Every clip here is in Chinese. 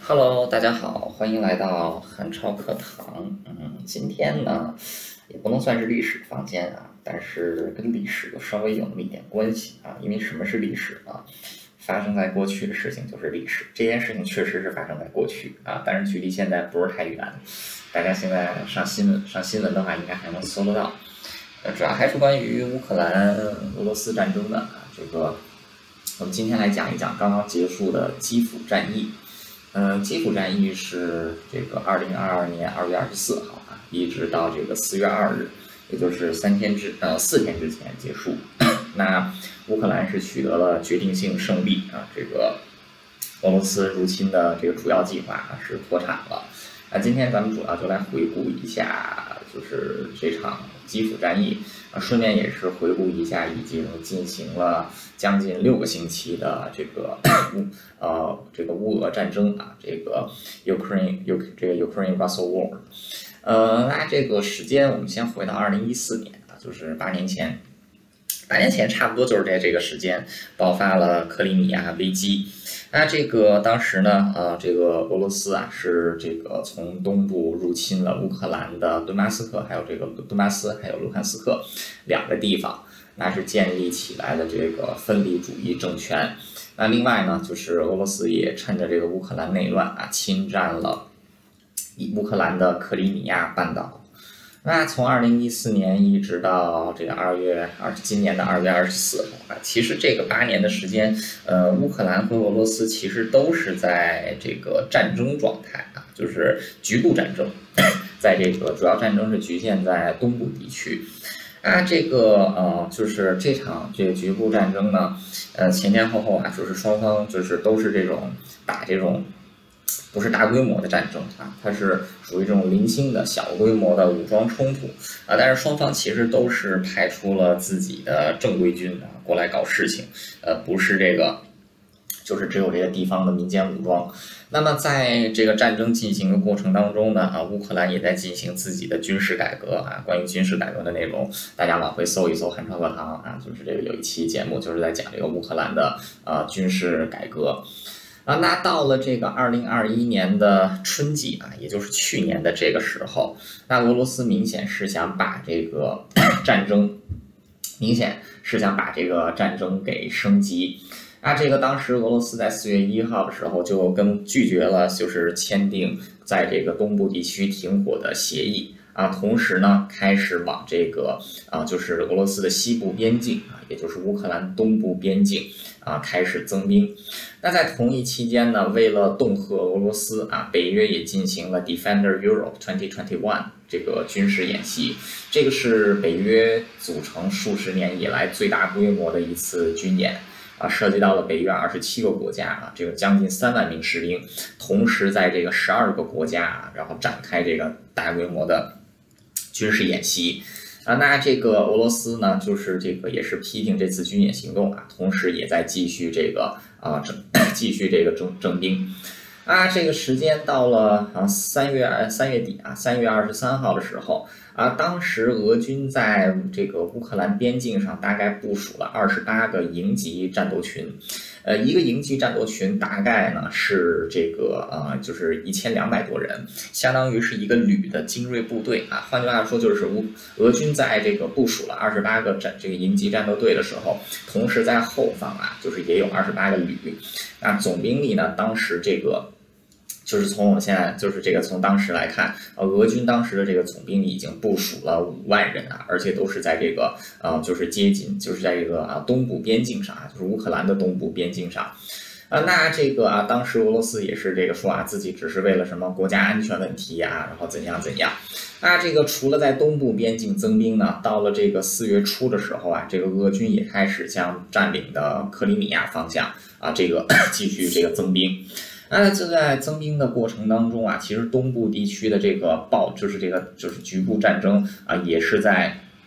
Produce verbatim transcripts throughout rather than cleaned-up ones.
Hello，大家好，欢迎来到汉朝课堂。嗯，今天呢，也不能算是历史房间啊，但是跟历史又稍微有那么一点关系啊。因为什么是历史呢？发生在过去的事情就是历史。这件事情确实是发生在过去啊，但是距离现在不是太远。大家现在上新闻上新闻的话，应该还能搜得到。呃，主要还是关于乌克兰俄罗斯战争的啊。这个，我们今天来讲一讲刚刚结束的基辅战役。嗯，基辅战役是这个二零二二年二月二十四号啊，一直到这个四月二日，也就是三天之呃四天之前结束。那乌克兰是取得了决定性胜利啊，这个俄罗斯入侵的这个主要计划啊是脱产了。那今天咱们主要就来回顾一下，就是这场基辅战役啊，顺便也是回顾一下已经进行了将近六个星期的这个乌呃这个乌俄战争啊，这个 Ukraine U 这个 Ukraine Russell War。呃，那这个时间我们先回到二零一四年啊，就是八年前。八年前差不多就是在这个时间爆发了克里米亚危机。那这个当时呢，呃，这个俄罗斯啊是这个从东部入侵了乌克兰的顿巴斯克，还有这个顿巴斯，还有卢汉斯克两个地方，那是建立起来的这个分离主义政权。那另外呢，就是俄罗斯也趁着这个乌克兰内乱啊，侵占了乌克兰的克里米亚半岛。那从二零一四年一直到这个二月二，今年的二月二十四号啊，其实这个八年的时间，呃，乌克兰和俄罗斯其实都是在这个战争状态啊，就是局部战争，在这个主要战争是局限在东部地区。啊，这个呃，就是这场这个局部战争呢，呃，前前后后啊，就是双方就是都是这种打这种。不是大规模的战争啊，它是属于这种零星的小规模的武装冲突啊，但是双方其实都是派出了自己的正规军啊过来搞事情，呃，不是这个，就是只有这个地方的民间武装。那么在这个战争进行的过程当中呢，啊，乌克兰也在进行自己的军事改革啊。关于军事改革的内容，大家往回搜一搜汉朝课堂啊，就是这个有一期节目就是在讲这个乌克兰的呃军事改革。啊，那到了这个二零二一年的春季啊，也就是去年的这个时候，那俄罗斯明显是想把这个战争，明显是想把这个战争给升级。那这个当时俄罗斯在四月一号的时候就跟拒绝了，就是签订在这个东部地区停火的协议。啊，同时呢，开始往这个啊，就是俄罗斯的西部边境啊，也就是乌克兰东部边境啊，开始增兵。那在同一期间呢，为了恫吓俄罗斯啊，北约也进行了 Defender Europe 二零二一这个军事演习。这个是北约组成数十年以来最大规模的一次军演。啊，涉及到了北约二十七个国家啊，这个将近三万名士兵，同时在这个十二个国家啊，然后展开这个大规模的军事演习。啊，那这个俄罗斯呢，就是这个也是批评这次军演行动啊，同时也在继续这个啊整继续这个征征兵。啊，这个时间到了啊三月三月底啊，三月二十三号的时候啊，当时俄军在这个乌克兰边境上大概部署了二十八个营级战斗群，呃，一个营级战斗群大概呢是这个呃就是一千两百多人，相当于是一个旅的精锐部队啊。换句话说，就是乌俄军在这个部署了二十八个战这个营级战斗队的时候，同时在后方啊，就是也有二十八个旅。那总兵力呢，当时这个。就是从我们现在就是这个从当时来看，呃，俄军当时的这个总兵力已经部署了五万人啊，而且都是在这个呃，就是接近，就是在这个啊东部边境上啊，就是乌克兰的东部边境上。啊，那这个啊，当时俄罗斯也是这个说啊，自己只是为了什么国家安全问题呀、啊，然后怎样怎样。那这个除了在东部边境增兵呢，到了这个四月初的时候啊，这个俄军也开始向占领的克里米亚方向啊，这个继续这个增兵。那就在增兵的过程当中啊，其实东部地区的这个暴就是这个就是局部战争啊，也是在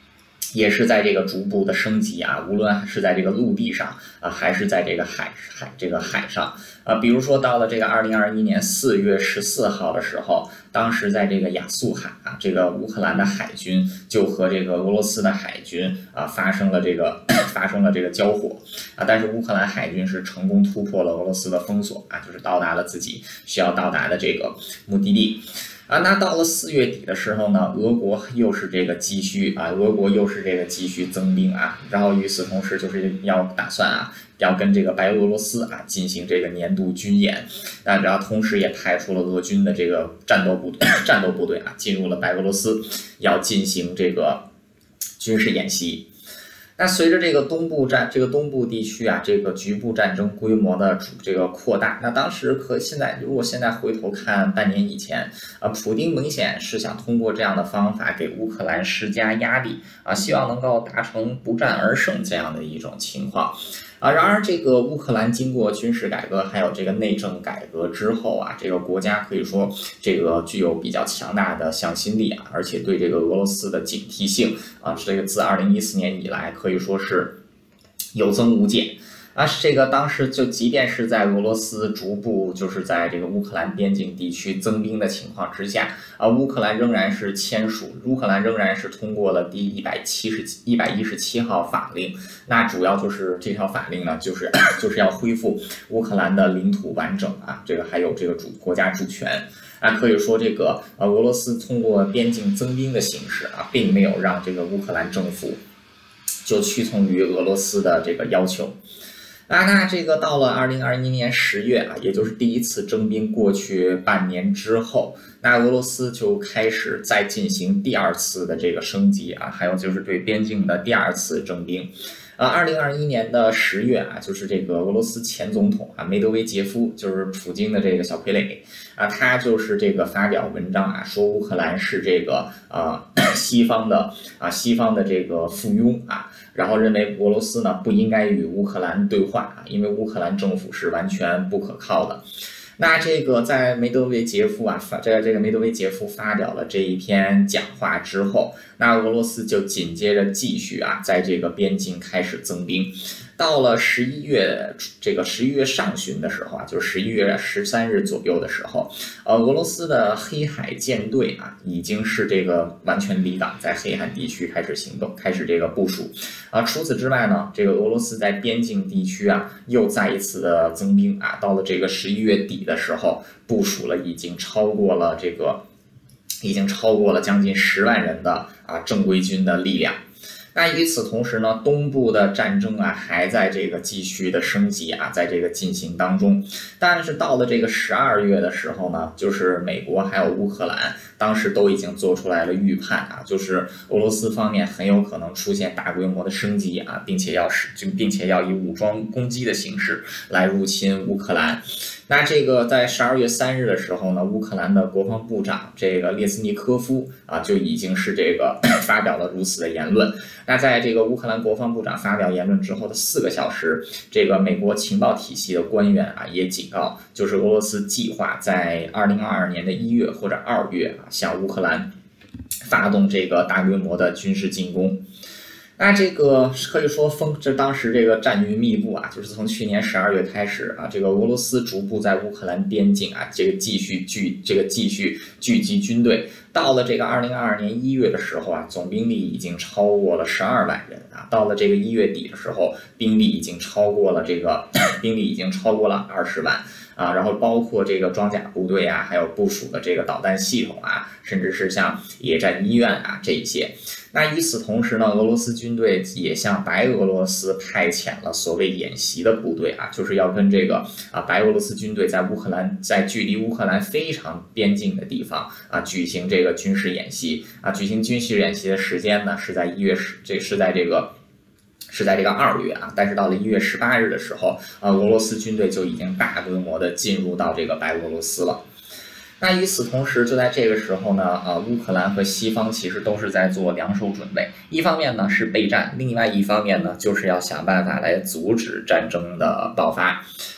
也是在这个逐步的升级啊，无论是在这个陆地上啊，还是在这个海海这个海上啊，比如说到了这个二零二一年四月十四号的时候，当时在这个亚速海啊，这个乌克兰的海军就和这个俄罗斯的海军啊发生了这个发生了这个交火啊，但是乌克兰海军是成功突破了俄罗斯的封锁啊，就是到达了自己需要到达的这个目的地。啊，那到了四月底的时候呢，俄国又是这个急需啊，俄国又是这个急需增兵啊，然后与此同时就是要打算啊，要跟这个白俄罗斯啊进行这个年度军演，那然后同时也派出了俄军的这个战斗部队战斗部队啊，进入了白俄罗斯，要进行这个军事演习。那随着这个东部战这个东部地区啊，这个局部战争规模的这个扩大，那当时可现在如果现在回头看半年以前啊，普丁明显是想通过这样的方法给乌克兰施加压力啊，希望能够达成不战而胜这样的一种情况。啊，然而这个乌克兰经过军事改革还有这个内政改革之后啊，这个国家可以说这个具有比较强大的向心力啊，而且对这个俄罗斯的警惕性啊，这个自二零一四年以来可以说是有增无减。啊，这个当时就即便是在俄罗斯逐步就是在这个乌克兰边境地区增兵的情况之下，啊，乌克兰仍然是签署，乌克兰仍然是通过了第一百七十一百一十七号法令。那主要就是这条法令呢，就是就是要恢复乌克兰的领土完整啊，这个还有这个主国家主权。啊，可以说这个呃俄罗斯通过边境增兵的形式啊，并没有让这个乌克兰政府就屈从于俄罗斯的这个要求。啊，那这个到了二零二一年十月啊，也就是第一次征兵过去半年之后，那俄罗斯就开始再进行第二次的这个升级啊，还有就是对边境的第二次征兵。啊，二零二一年的十月啊，就是这个俄罗斯前总统啊梅德韦杰夫，就是普京的这个小傀儡啊，他就是这个发表文章啊，说乌克兰是这个呃西方的啊西方的这个附庸啊。然后认为俄罗斯呢不应该与乌克兰对话啊，因为乌克兰政府是完全不可靠的。那这个在梅德韦杰夫啊发这个这个梅德韦杰夫发表了这一篇讲话之后，那俄罗斯就紧接着继续啊在这个边境开始增兵。到了十一月这个十一月上旬的时候啊，就是十一月十三日左右的时候，呃，俄罗斯的黑海舰队啊，已经是这个完全离岛，在黑海地区开始行动，开始这个部署。啊，除此之外呢，这个俄罗斯在边境地区啊，又再一次的增兵啊，到了这个十一月底的时候，部署了已经超过了这个，已经超过了将近十万人的啊正规军的力量。那与此同时呢，东部的战争啊还在这个继续的升级啊，在这个进行当中。但是到了这个十二月的时候呢，就是美国还有乌克兰当时都已经做出来了预判啊，就是俄罗斯方面很有可能出现大规模的升级啊，并且要使并且要以武装攻击的形式来入侵乌克兰。那这个在十二月三日的时候呢，乌克兰的国防部长这个列斯尼科夫啊就已经是这个发表了如此的言论。那在这个乌克兰国防部长发表言论之后的四个小时，这个美国情报体系的官员啊也警告，就是俄罗斯计划在二零二二年的一月或者二月啊向乌克兰发动这个大规模的军事进攻。那这个可以说风，这当时这个战云密布啊，就是从去年十二月开始啊，这个俄罗斯逐步在乌克兰边境啊，这个继续聚这个继续聚集军队。到了这个二零二二年一月的时候啊，总兵力已经超过了十二万人啊。到了这个一月底的时候，兵力已经超过了这个兵力已经超过了二十万。啊，然后包括这个装甲部队啊，还有部署的这个导弹系统啊，甚至是像野战医院啊这一些。那与此同时呢，俄罗斯军队也向白俄罗斯派遣了所谓演习的部队啊，就是要跟这个啊白俄罗斯军队在乌克兰在距离乌克兰非常边境的地方啊举行这个军事演习啊，举行军事演习的时间呢是在一月十，这是在这个。是在这个二月啊，但是到了一月十八日的时候，呃，俄罗斯军队就已经大规模的进入到这个白俄罗斯了。那与此同时，就在这个时候呢，呃，乌克兰和西方其实都是在做两手准备，一方面呢是备战，另外一方面呢就是要想办法来阻止战争的爆发。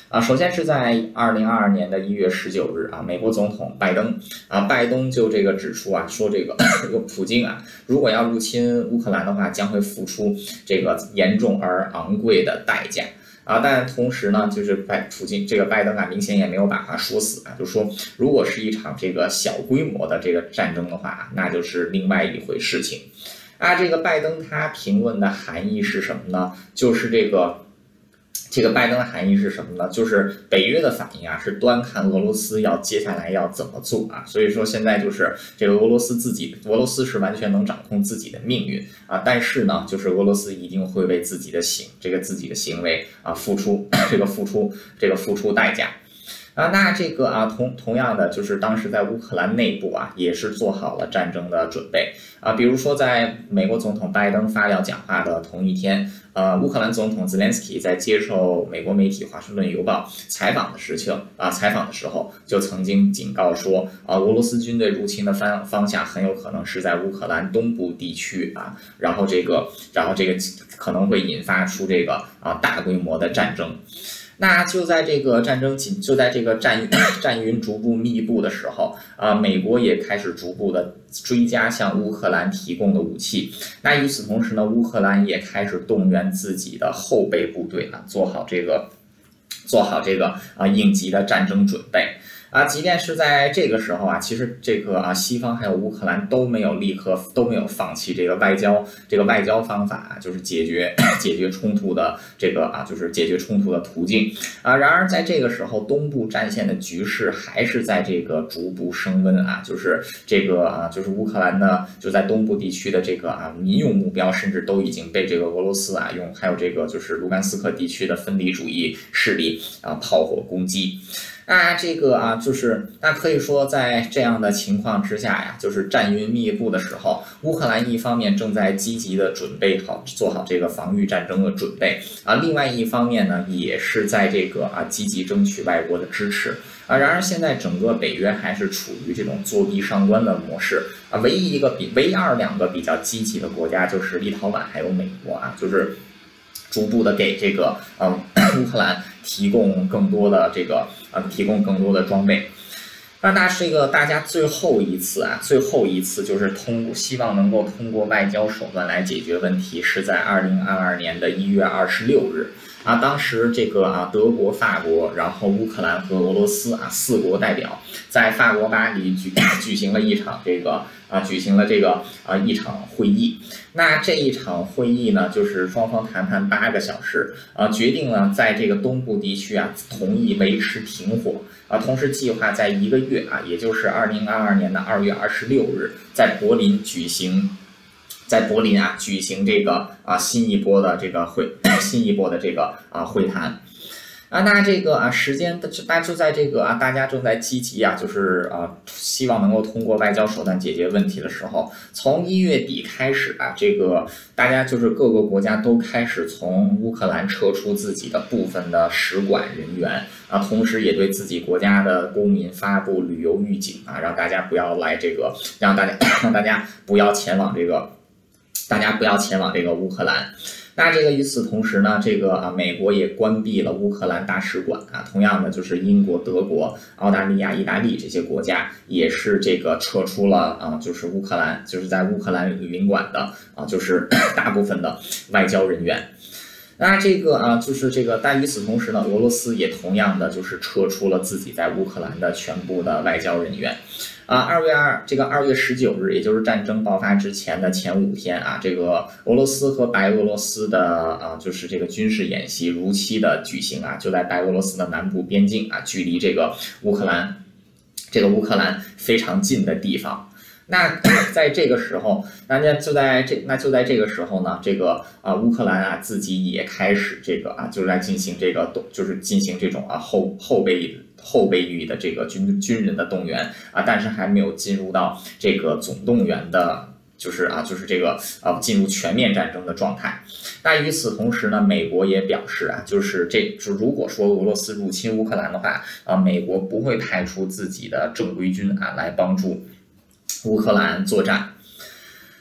啊，首先是在二零二二年的一月十九日啊，美国总统拜登啊，拜登就这个指出啊，说这个这个普京啊，如果要入侵乌克兰的话，将会付出这个严重而昂贵的代价。啊，但同时呢，就是拜普京这个拜登啊，明显也没有把话说死啊，就说如果是一场这个小规模的这个战争的话，那就是另外一回事情。啊，这个拜登他评论的含义是什么呢？就是这个。这个拜登的含义是什么呢？就是北约的反应啊，是端看俄罗斯要接下来要怎么做啊。所以说现在就是这个俄罗斯自己，俄罗斯是完全能掌控自己的命运啊。但是呢，就是俄罗斯一定会为自己的行这个自己的行为啊付出这个付出这个付出代价。啊，那这个啊，同同样的，就是当时在乌克兰内部啊，也是做好了战争的准备啊。比如说，在美国总统拜登发表讲话的同一天，呃，乌克兰总统泽连斯基在接受美国媒体《华盛顿邮报》采访的时候啊，采访的时候就曾经警告说，啊，俄罗斯军队入侵的方方向很有可能是在乌克兰东部地区啊，然后这个，然后这个可能会引发出这个啊大规模的战争。那就在这个战争紧，就在这个战云战云逐步密布的时候，啊、呃，美国也开始逐步的追加向乌克兰提供的武器。那与此同时呢，乌克兰也开始动员自己的后备部队啊，做好这个做好这个啊应急的战争准备。啊，即便是在这个时候啊，其实这个啊，西方还有乌克兰都没有立刻都没有放弃这个外交这个外交方法，就是解决解决冲突的这个啊，就是解决冲突的途径啊。然而在这个时候，东部战线的局势还是在这个逐步升温啊，就是这个啊，就是乌克兰呢就在东部地区的这个啊民用目标，甚至都已经被这个俄罗斯啊用，还有这个就是卢甘斯克地区的分离主义势力啊炮火攻击。那这个啊，就是那可以说，在这样的情况之下呀，就是战云密布的时候，乌克兰一方面正在积极的准备好，做好这个防御战争的准备啊，另外一方面呢，也是在这个啊积极争取外国的支持啊。然而现在整个北约还是处于这种作壁上观的模式啊，唯一一个比唯二两个比较积极的国家就是立陶宛还有美国啊，就是逐步的给这个呃乌克兰提供更多的这个呃提供更多的装备。那那是一个大家最后一次啊，最后一次就是通过希望能够通过外交手段来解决问题，是在二零二二年的一月二十六日啊。当时这个啊德国、法国，然后乌克兰和俄罗斯啊四国代表在法国巴黎举举行了一场这个啊举行了这个啊一场会议。那这一场会议呢，就是双方谈判八个小时啊，决定了在这个东部地区啊同意维持停火啊，同时计划在一个月啊，也就是二零二二年的二月二十六日，在柏林举行。在柏林啊举行这个啊新一波的这个会新一波的这个啊会谈啊，那这个啊时间大就在这个啊大家正在积极啊就是啊希望能够通过外交手段解决问题的时候，从一月底开始啊，这个大家就是各个国家都开始从乌克兰撤出自己的部分的使馆人员啊，同时也对自己国家的公民发布旅游预警啊，让大家不要来这个，让大家让大家不要前往这个。大家不要前往这个乌克兰。那这个与此同时呢，这个啊美国也关闭了乌克兰大使馆啊，同样的就是英国、德国、澳大利亚、意大利这些国家也是这个撤出了啊，就是乌克兰就是在乌克兰领馆的啊，就是大部分的外交人员。那这个啊，就是这个，但与此同时呢，俄罗斯也同样的就是撤出了自己在乌克兰的全部的外交人员。啊，二月二这个二月十九日，也就是战争爆发之前的前五天啊，这个俄罗斯和白俄罗斯的啊，就是这个军事演习如期的举行啊，就在白俄罗斯的南部边境啊，距离这个乌克兰这个乌克兰非常近的地方。那在这个时候，那就在这那就在这个时候呢，这个啊乌克兰啊自己也开始这个啊，就是在进行这个就是进行这种啊后后备。后备役的这个军军人的动员啊，但是还没有进入到这个总动员的，就是啊，就是这个啊进入全面战争的状态。那与此同时呢，美国也表示啊，就是这就如果说俄罗斯入侵乌克兰的话啊，美国不会派出自己的正规军啊来帮助乌克兰作战。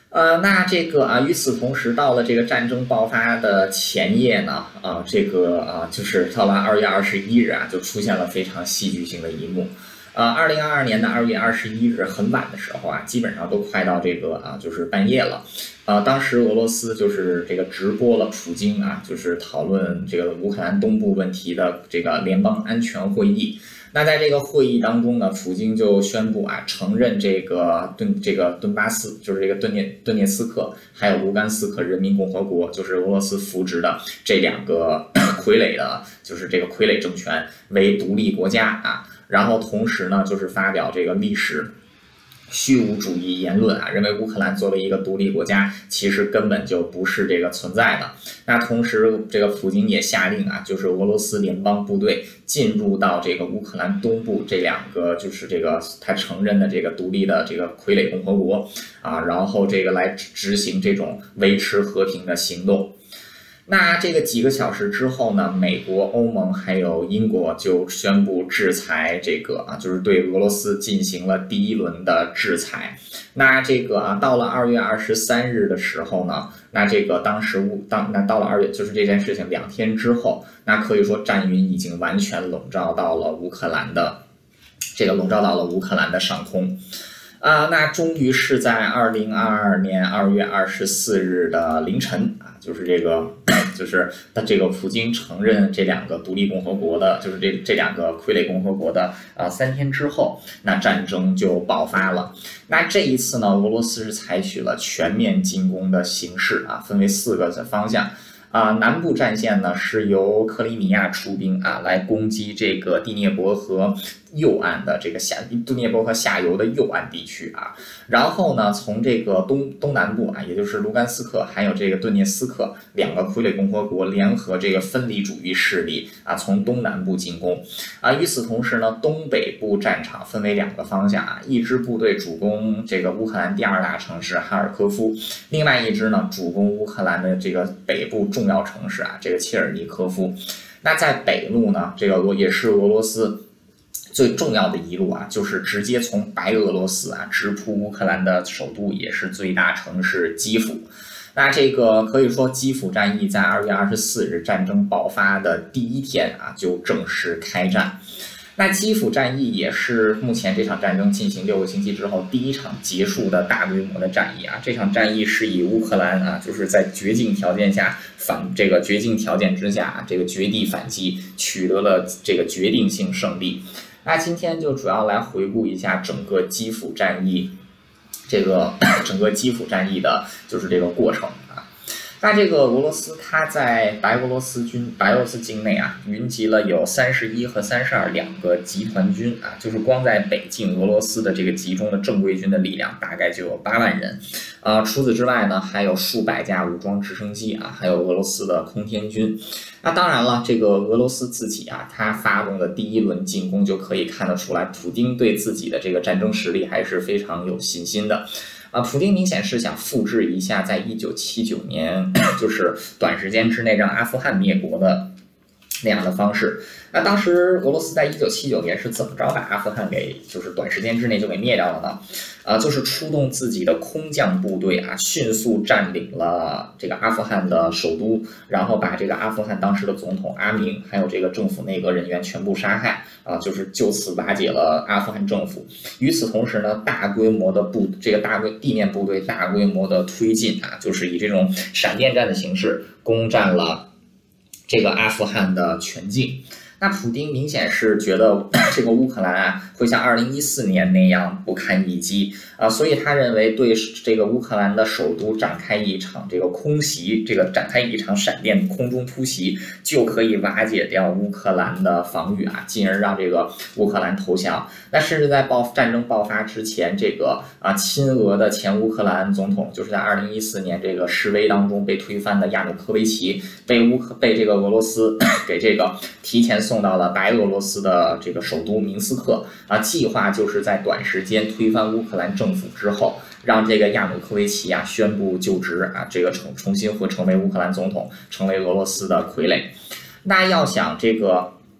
呃，那这个啊，与此同时，到了这个战争爆发的前夜呢，啊，这个啊，就是到了二月二十一日啊，就出现了非常戏剧性的一幕。呃，二零二二年的二月二十一日很晚的时候啊，基本上都快到这个啊，就是半夜了。呃，当时俄罗斯就是这个直播了普京啊，就是讨论这个乌克兰东部问题的这个联邦安全会议。那在这个会议当中呢，普京就宣布啊，承认这个顿这个顿巴斯，就是这个顿涅顿涅斯克，还有卢甘斯克人民共和国，就是俄罗斯扶植的这两个傀儡的，就是这个傀儡政权为独立国家啊。然后同时呢，就是发表这个历史虚无主义言论啊，认为乌克兰作为一个独立国家，其实根本就不是这个存在的。那同时，这个普京也下令啊，就是俄罗斯联邦部队进入到这个乌克兰东部这两个，就是这个他承认的这个独立的这个傀儡共和国啊，然后这个来执行这种维持和平的行动。那这个几个小时之后呢，美国、欧盟还有英国就宣布制裁这个啊，就是对俄罗斯进行了第一轮的制裁。那这个啊，到了二月二十三日的时候呢，那这个当时当那到了二月，就是这件事情两天之后，那可以说战云已经完全笼罩到了乌克兰的这个笼罩到了乌克兰的上空。啊，那终于是在二零二二年二月二十四日的凌晨啊，就是这个，就是他这个普京承认这两个独立共和国的，就是这这两个傀儡共和国的啊，三天之后，那战争就爆发了。那这一次呢，俄罗斯是采取了全面进攻的形式啊，分为四个方向。啊，南部战线呢是由克里米亚出兵啊，来攻击这个第聂伯河右岸的这个下第聂伯河下游的右岸地区啊。然后呢，从这个东东南部啊，也就是卢甘斯克还有这个顿涅斯克两个傀儡共和国联合这个分离主义势力啊，从东南部进攻啊。与此同时呢，东北部战场分为两个方向啊，一支部队主攻这个乌克兰第二大城市哈尔科夫，另外一支呢主攻乌克兰的这个北部重要城市啊，这个切尔尼科夫。那在北路呢，这个也是俄罗斯最重要的一路啊，就是直接从白俄罗斯啊直扑乌克兰的首都，也是最大城市基辅。那这个可以说，基辅战役在二月二十四日战争爆发的第一天啊，就正式开战。那基辅战役也是目前这场战争进行六个星期之后第一场结束的大规模的战役啊。这场战役是以乌克兰啊，就是在绝境条件下反这个绝境条件之下，这个绝地反击，取得了这个决定性胜利。那今天就主要来回顾一下整个基辅战役，这个整个基辅战役的就是这个过程啊。那这个俄罗斯它在白俄罗斯军白俄罗斯境内啊，云集了有三十一和三十二两个集团军啊，就是光在北境俄罗斯的这个集中的正规军的力量大概就有八万人，啊，除此之外呢，还有数百架武装直升机啊，还有俄罗斯的空天军。那当然了，这个俄罗斯自己啊，他发动的第一轮进攻就可以看得出来，普丁对自己的这个战争实力还是非常有信心的。啊，普丁明显是想复制一下在一九七九年，就是短时间之内让阿富汗灭国的那样的方式。那当时俄罗斯在一九七九年是怎么着把阿富汗给就是短时间之内就给灭掉了呢？啊，就是出动自己的空降部队啊，迅速占领了这个阿富汗的首都，然后把这个阿富汗当时的总统阿明还有这个政府内阁人员全部杀害啊，就是就此瓦解了阿富汗政府。与此同时呢，大规模的部这个大规地面部队大规模的推进啊，就是以这种闪电战的形式攻占了这个阿富汗的全境。那普丁明显是觉得这个乌克兰啊会像二零一四年那样不堪一击啊，所以他认为对这个乌克兰的首都展开一场这个空袭，这个展开一场闪电空中突袭，就可以瓦解掉乌克兰的防御啊，进而让这个乌克兰投降。那甚至在爆战争爆发之前，这个啊亲俄的前乌克兰总统，就是在二零一四年这个示威当中被推翻的亚努科维奇，被乌克被这个俄罗斯给这个提前送到了白俄罗斯的这个首都明斯克啊，计划就是在短时间推翻乌克兰政府之后，让这个亚努科维奇啊宣布就职啊，这个重重新会成为乌克兰总统，成为俄罗斯的傀儡。那要想这个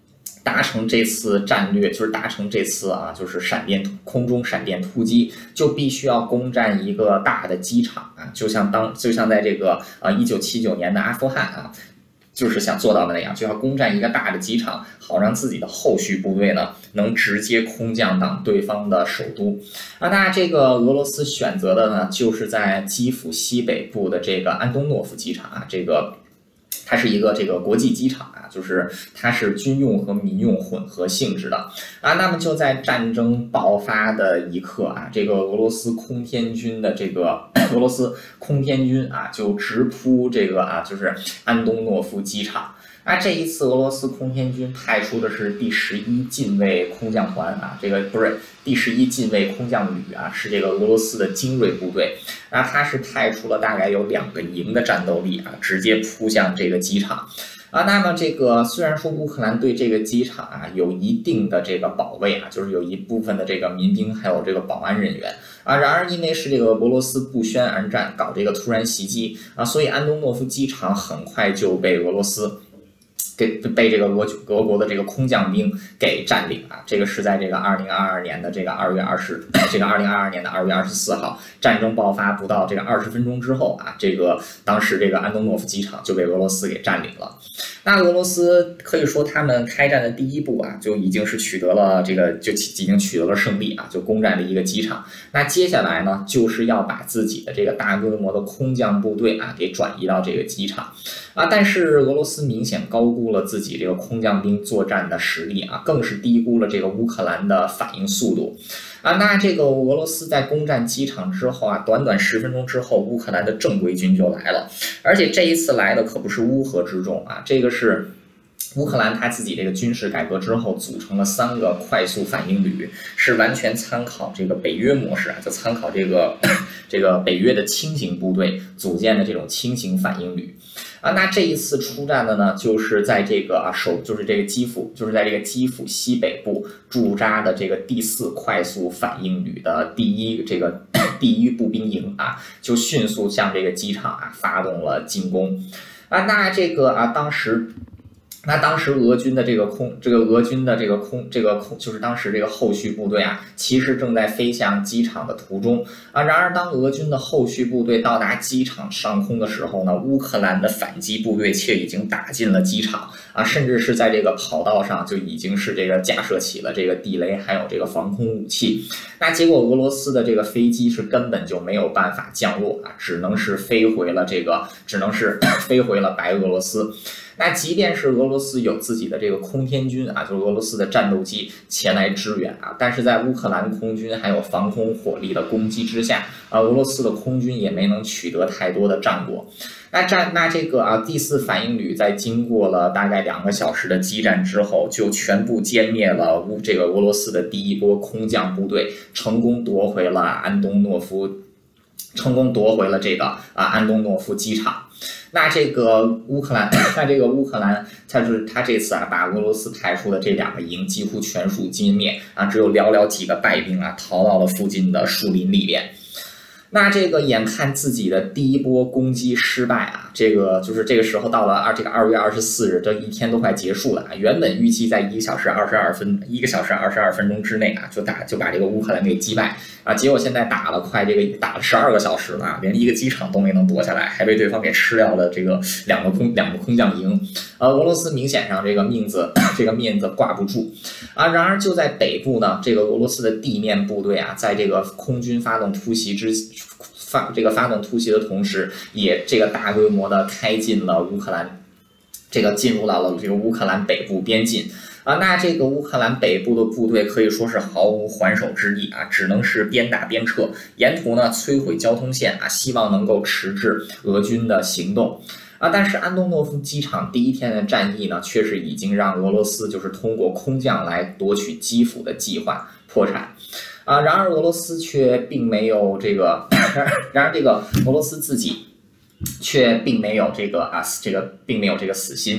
达成这次战略，就是达成这次啊，就是闪电空中闪电突击，就必须要攻占一个大的机场啊，就像当就像在这个啊一九七九年的阿富汗啊。就是想做到的那样，就要攻占一个大的机场，好让自己的后续部队呢能直接空降到对方的首都。啊，那这个俄罗斯选择的呢，就是在基辅西北部的这个安东诺夫机场啊，这个。它是一个这个国际机场啊，就是它是军用和民用混合性质的啊。那么就在战争爆发的一刻啊，这个俄罗斯空天军的这个俄罗斯空天军啊，就直扑这个啊，就是安东诺夫机场。那这一次，俄罗斯空天军派出的是第十一近卫空降团啊，这个不是第十一近卫空降旅啊，是这个俄罗斯的精锐部队。那它是派出了大概有两个营的战斗力啊，直接扑向这个机场。啊，那么这个虽然说乌克兰对这个机场啊有一定的这个保卫啊，就是有一部分的这个民兵还有这个保安人员啊，然而因为是这个俄罗斯不宣而战，搞这个突然袭击啊，所以安东诺夫机场很快就被俄罗斯。给被这个俄俄国的这个空降兵给占领啊！这个是在这个二零二二年的这个二月二十，这个二零二二年的二月二十四号，战争爆发不到这个二十分钟之后啊，这个当时这个安东诺夫机场就被俄罗斯给占领了。那俄罗斯可以说他们开战的第一步啊，就已经是取得了这个就已经取得了胜利啊，就攻占了一个机场。那接下来呢，就是要把自己的这个大规模的空降部队啊给转移到这个机场啊，但是俄罗斯明显高估了自己这个空降兵作战的实力啊，更是低估了这个乌克兰的反应速度啊。那这个俄罗斯在攻占机场之后啊，短短十分钟之后，乌克兰的正规军就来了，而且这一次来的可不是乌合之众啊，这个是。乌克兰他自己这个军事改革之后，组成了三个快速反应旅，是完全参考这个北约模式啊，就参考这个这个北约的轻型部队组建的这种轻型反应旅啊。那这一次出战的呢，就是在这个啊首就是这个基辅，就是在这个基辅西北部驻扎的这个第四快速反应旅的第一这个第一步兵营啊，就迅速向这个机场啊发动了进攻啊。那这个啊当时。那当时俄军的这个空，这个俄军的这个空，这个空就是当时这个后续部队啊，其实正在飞向机场的途中啊。然而，当俄军的后续部队到达机场上空的时候呢，乌克兰的反击部队却已经打进了机场啊，甚至是在这个跑道上就已经是这个架设起了这个地雷，还有这个防空武器。那结果，俄罗斯的这个飞机是根本就没有办法降落啊，只能是飞回了这个，只能是飞回了白俄罗斯。那即便是俄罗斯有自己的这个空天军啊，就是俄罗斯的战斗机前来支援啊，但是在乌克兰空军还有防空火力的攻击之下啊，俄罗斯的空军也没能取得太多的战果。那战那这个啊第四反应旅在经过了大概两个小时的激战之后，就全部歼灭了乌这个俄罗斯的第一波空降部队，成功夺回了安东诺夫，成功夺回了这个啊安东诺夫机场。那这个乌克兰，那这个乌克兰，他是他这次啊，把俄罗斯派出的这两个营几乎全数歼灭啊，只有寥寥几个败兵啊，逃到了附近的树林里边。那这个眼看自己的第一波攻击失败啊，这个就是这个时候到了二这个二月二十四日，这一天都快结束了啊。原本预计在一个小时二十二分一个小时二十二分钟之内啊，就打就把这个乌克兰给击败啊。结果现在打了快这个打了十二个小时了啊，连一个机场都没能夺下来，还被对方给吃掉了这个两个空两个空降营。呃，俄罗斯明显上这个命子这个面子挂不住啊。然而就在北部呢，这个俄罗斯的地面部队啊，在这个空军发动突袭之发这个发动突袭的同时，也这个大规模的开进了乌克兰，这个进入到了这个乌克兰北部边境啊。那这个乌克兰北部的部队可以说是毫无还手之力啊，只能是边打边撤，沿途呢摧毁交通线啊，希望能够迟滞俄军的行动。啊，但是安东诺夫机场第一天的战役呢，确实已经让俄罗斯就是通过空降来夺取基辅的计划破产。啊，然而俄罗斯却并没有这个，然而这个俄罗斯自己却并没有这个啊，这个并没有这个死心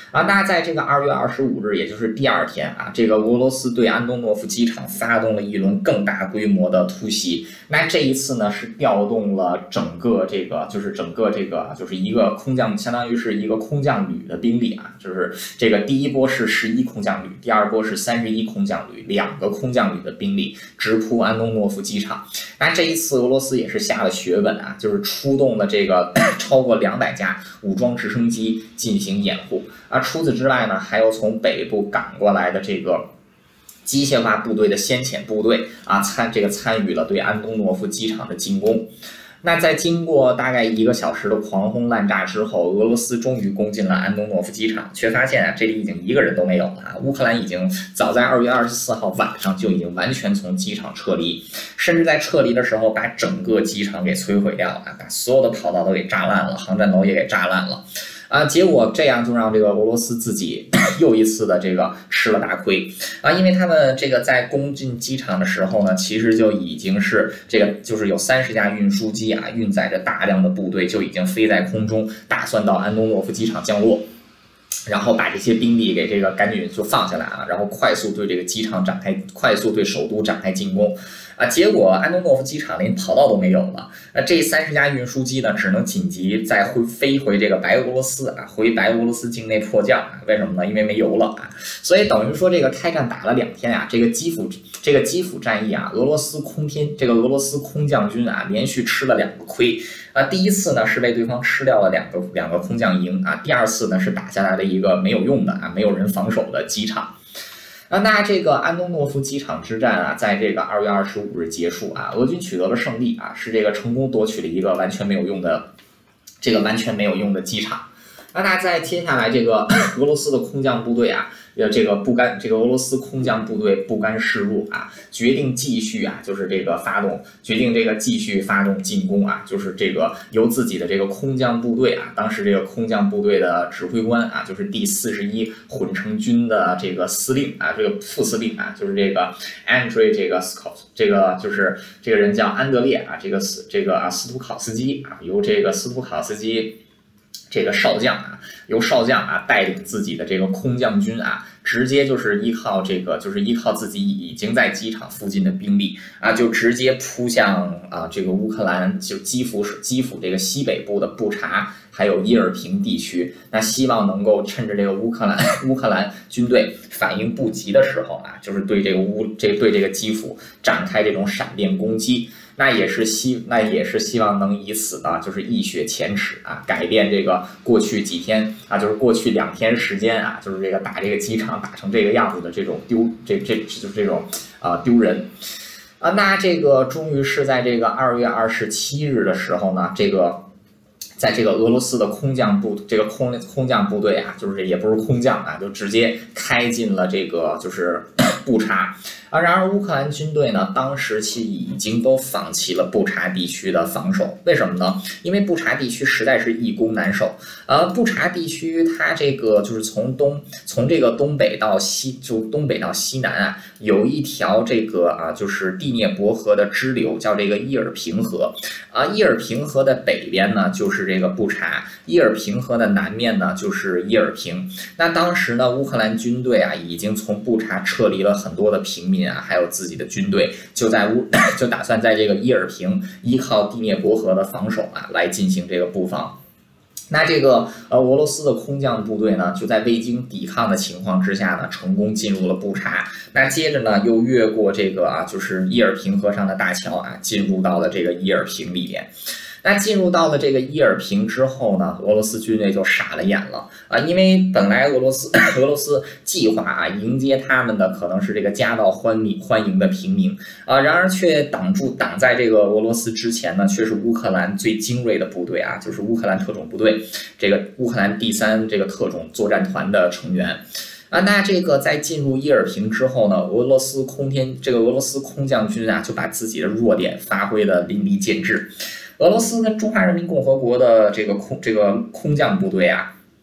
啊，那在这个二月二十五日，也就是第二天啊，这个俄罗斯对安东诺夫机场发动了一轮更大规模的突袭。那这一次呢，是调动了整个这个，就是整个这个，就是一个空降，相当于是一个空降旅的兵力啊，就是这个第一波是十一空降旅，第二波是三十一空降旅，两个空降旅的兵力直扑安东诺夫机场。那这一次俄罗斯也是下了血本啊，就是出动了这个超过两百架武装直升机进行掩护啊。除此之外呢，还有从北部赶过来的这个机械化部队的先遣部队啊，参这个参与了对安东诺夫机场的进攻。那在经过大概一个小时的狂轰滥炸之后，俄罗斯终于攻进了安东诺夫机场，却发现啊，这里已经一个人都没有了啊！乌克兰已经早在二月二十四号晚上就已经完全从机场撤离，甚至在撤离的时候把整个机场给摧毁掉了，把所有的跑道都给炸烂了，航站楼也给炸烂了。啊，结果这样就让这个俄罗斯自己又一次的这个吃了大亏啊，因为他们这个在攻进机场的时候呢，其实就已经是这个就是有三十架运输机啊，运载着大量的部队就已经飞在空中，打算到安东诺夫机场降落。然后把这些兵力给这个赶紧就放下来啊，然后快速对这个机场展开，快速对首都展开进攻啊！结果安东诺夫机场连跑道都没有了，那这三十架运输机呢，只能紧急再回飞回这个白俄罗斯啊，回白俄罗斯境内迫降啊！为什么呢？因为没油了啊！所以等于说这个开战打了两天啊，这个基辅这个基辅战役啊，俄罗斯空天这个俄罗斯空降军啊，连续吃了两个亏。啊，第一次呢是被对方吃掉了两个两个空降营啊，第二次呢是打下来了一个没有用的啊，没有人防守的机场。啊，那这个安东诺夫机场之战啊，在这个二月二十五日结束啊，俄军取得了胜利啊，是这个成功夺取了一个完全没有用的这个完全没有用的机场。那那在接下来这个俄罗斯的空降部队啊，呃，这个不甘这个俄罗斯空降部队不甘示弱啊，决定继续啊，就是这个发动，决定这个继续发动进攻啊，就是这个由自己的这个空降部队啊，当时这个空降部队的指挥官啊，就是第四十一混成军的这个司令啊，这个副司令啊，就是这个 Andrei 这个 Scott， 这个就是这个人叫安德烈啊，这个斯这个啊斯图考斯基啊，由这个斯图考斯基。这个少将啊，由少将啊带领自己的这个空降军啊，直接就是依靠这个，就是依靠自己已经在机场附近的兵力啊，就直接扑向啊这个乌克兰就基辅市基辅这个西北部的布查还有伊尔平地区，那希望能够趁着这个乌克兰乌克兰军队反应不及的时候啊，就是对这个乌这对这个基辅展开这种闪电攻击。那也是希，那也是希望能以此呢，就是一雪前耻啊，改变这个过去几天啊，就是过去两天时间啊，就是这个打这个机场打成这个样子的这种丢，这这就是这种啊、呃、丢人啊。那这个终于是在这个二月二十七日的时候呢，这个。在这个俄罗斯的空降部，这个空空降部队啊，就是也不是空降啊，就直接开进了这个就是布查啊。然而乌克兰军队呢，当时其实已经都放弃了布查地区的防守，为什么呢？因为布查地区实在是易攻难守。呃，布查地区它这个就是从东从这个东北到西，就东北到西南啊，有一条这个啊，就是第聂伯河的支流，叫这个伊尔平河啊。伊尔平河的北边呢，就是这个布查，伊尔平河的南面呢就是伊尔平。那当时呢，乌克兰军队啊已经从布查撤离了很多的平民啊，还有自己的军队，就在乌就打算在这个伊尔平依靠第聂伯河的防守啊来进行这个布防。那这个呃俄罗斯的空降部队呢，就在未经抵抗的情况之下呢，成功进入了布查。那接着呢，又越过这个啊，就是伊尔平河上的大桥啊，进入到了这个伊尔平里面。那进入到了这个伊尔平之后呢，俄罗斯军队就傻了眼了啊！因为本来俄罗斯俄罗斯计划啊迎接他们的可能是这个夹道欢迎欢迎的平民啊，然而却挡住挡在这个俄罗斯之前呢，却是乌克兰最精锐的部队啊，就是乌克兰特种部队，这个乌克兰第三这个特种作战团的成员。啊，那这个在进入伊尔平之后呢，俄罗斯空天这个俄罗斯空降军啊，就把自己的弱点发挥的淋漓尽致。俄罗斯跟中华人民共和国的这个空这个空降部队啊，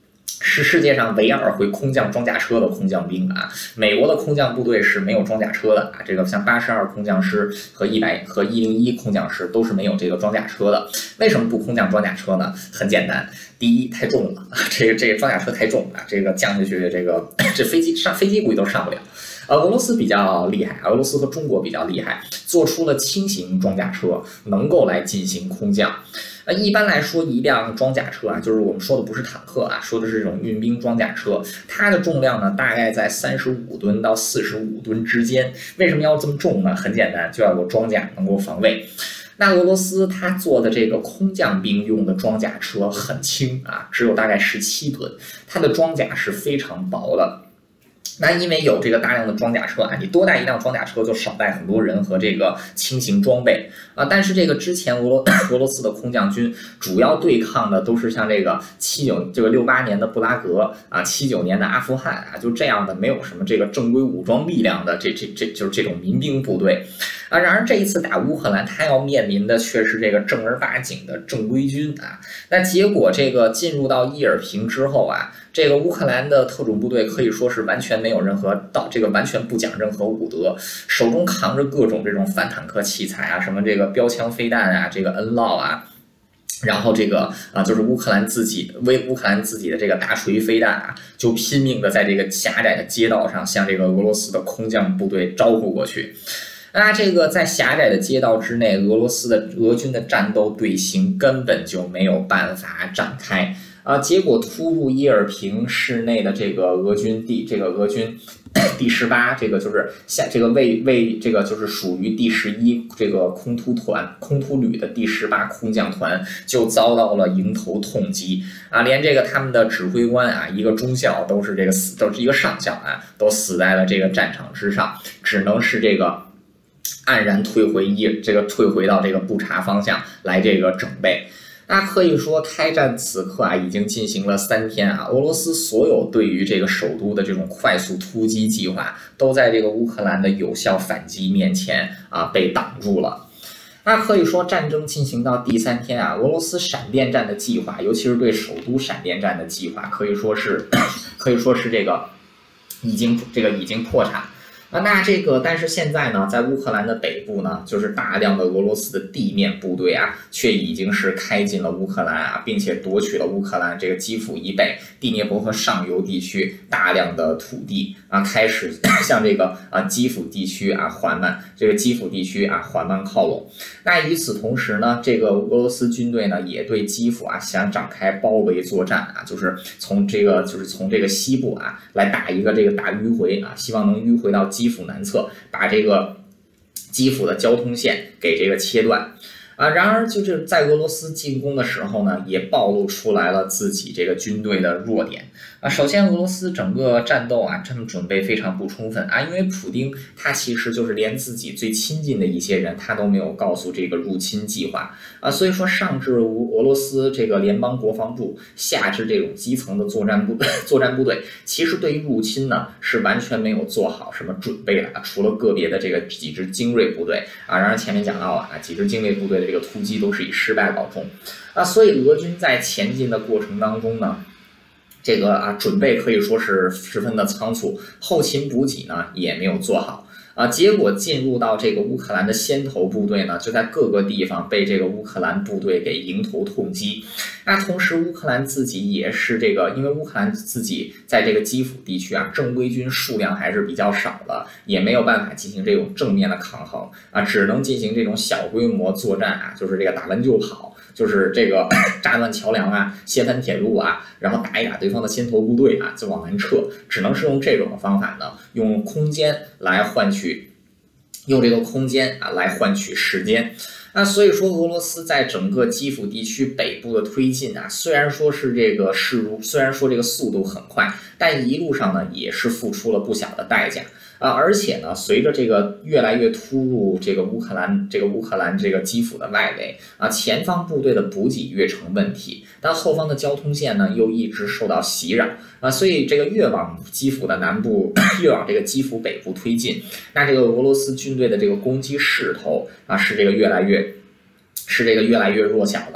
是世界上唯二会空降装甲车的空降兵啊！美国的空降部队是没有装甲车的啊，这个像八十二空降师和一百和一零一空降师都是没有这个装甲车的。为什么不空降装甲车呢？很简单，第一太重了，这个这个装甲车太重了，这个降下去，这个这飞机上飞机估计都上不了。呃，俄罗斯比较厉害，俄罗斯和中国比较厉害，做出了轻型装甲车，能够来进行空降。呃，一般来说，一辆装甲车啊，就是我们说的不是坦克啊，说的是这种运兵装甲车，它的重量呢大概在三十五吨到四十五吨之间。为什么要这么重呢？很简单，就要有装甲能够防卫。那俄罗斯它做的这个空降兵用的装甲车很轻啊，只有大概十七吨，它的装甲是非常薄的。那因为有这个大量的装甲车啊，你多带一辆装甲车就少带很多人和这个轻型装备啊。但是这个之前俄罗俄罗斯的空降军主要对抗的都是像这个七九这个六八年的布拉格啊，七九年的阿富汗啊，就这样的没有什么这个正规武装力量的这这这就是这种民兵部队啊。然而这一次打乌克兰，他要面临的却是这个正儿八经的正规军啊。那结果这个进入到伊尔平之后啊，这个乌克兰的特种部队可以说是完全没有任何到这个完全不讲任何武德，手中扛着各种这种反坦克器材啊，什么这个标枪飞弹啊，这个恩烙啊，然后这个啊就是乌克兰自己为乌克兰自己的这个大锤飞弹啊，就拼命的在这个狭窄的街道上向这个俄罗斯的空降部队招呼过去。那这个在狭窄的街道之内，俄罗斯的俄军的战斗队形根本就没有办法展开。啊，结果突入伊尔平市内的这个俄军第这个俄军第十八这个就是下这个为为这个就是属于第十一这个空突团空突旅的第十八空降团就遭到了迎头痛击啊！连这个他们的指挥官啊，一个中校都是这个死都是一个上校啊，都死在了这个战场之上，只能是这个黯然退回伊这个退回到这个布查方向来这个整备。那可以说，开战此刻啊，已经进行了三天啊。俄罗斯所有对于这个首都的这种快速突击计划，都在这个乌克兰的有效反击面前啊被挡住了。那可以说，战争进行到第三天啊，俄罗斯闪电战的计划，尤其是对首都闪电战的计划，可以说是可以说是这个已经这个已经破产。啊，那这个，但是现在呢，在乌克兰的北部呢，就是大量的俄罗斯的地面部队啊，却已经是开进了乌克兰啊，并且夺取了乌克兰这个基辅以北、第聂伯河上游地区大量的土地啊，开始向这个啊基辅地区啊缓慢这个基辅地区啊缓慢靠拢。那与此同时呢，这个俄罗斯军队呢，也对基辅啊想展开包围作战啊，就是从这个就是从这个西部啊来打一个这个大迂回啊，希望能迂回到基辅南侧，把这个基辅的交通线给这个切断啊。然而，就是在俄罗斯进攻的时候呢，也暴露出来了自己这个军队的弱点啊。首先，俄罗斯整个战斗啊，他们准备非常不充分啊，因为普丁他其实就是连自己最亲近的一些人，他都没有告诉这个入侵计划啊。所以说，上至俄罗斯这个联邦国防部，下至这种基层的作战部作战部队，其实对于入侵呢是完全没有做好什么准备的啊。除了个别的这个几支精锐部队啊，然而前面讲到啊，几支精锐部队的这个突击都是以失败告终啊。所以俄军在前进的过程当中呢，这个啊准备可以说是十分的仓促，后勤补给呢也没有做好啊，结果进入到这个乌克兰的先头部队呢，就在各个地方被这个乌克兰部队给迎头痛击。那同时，乌克兰自己也是这个，因为乌克兰自己在这个基辅地区啊，正规军数量还是比较少的，也没有办法进行这种正面的抗衡啊，只能进行这种小规模作战啊，就是这个打完就跑。就是这个炸断桥梁啊，掀翻铁路啊，然后打一打对方的先头部队啊，就往南撤，只能是用这种的方法呢，用空间来换取，用这个空间啊来换取时间。那所以说，俄罗斯在整个基辅地区北部的推进啊，虽然说是这个势如，虽然说这个速度很快，但一路上呢也是付出了不小的代价。啊，而且呢，随着这个越来越突入这个乌克兰，这个乌克兰这个基辅的外围啊，前方部队的补给越成问题，但后方的交通线呢又一直受到袭扰啊，所以这个越往基辅的南部，越往这个基辅北部推进，那这个俄罗斯军队的这个攻击势头啊，是这个越来越，是这个越来越弱小的。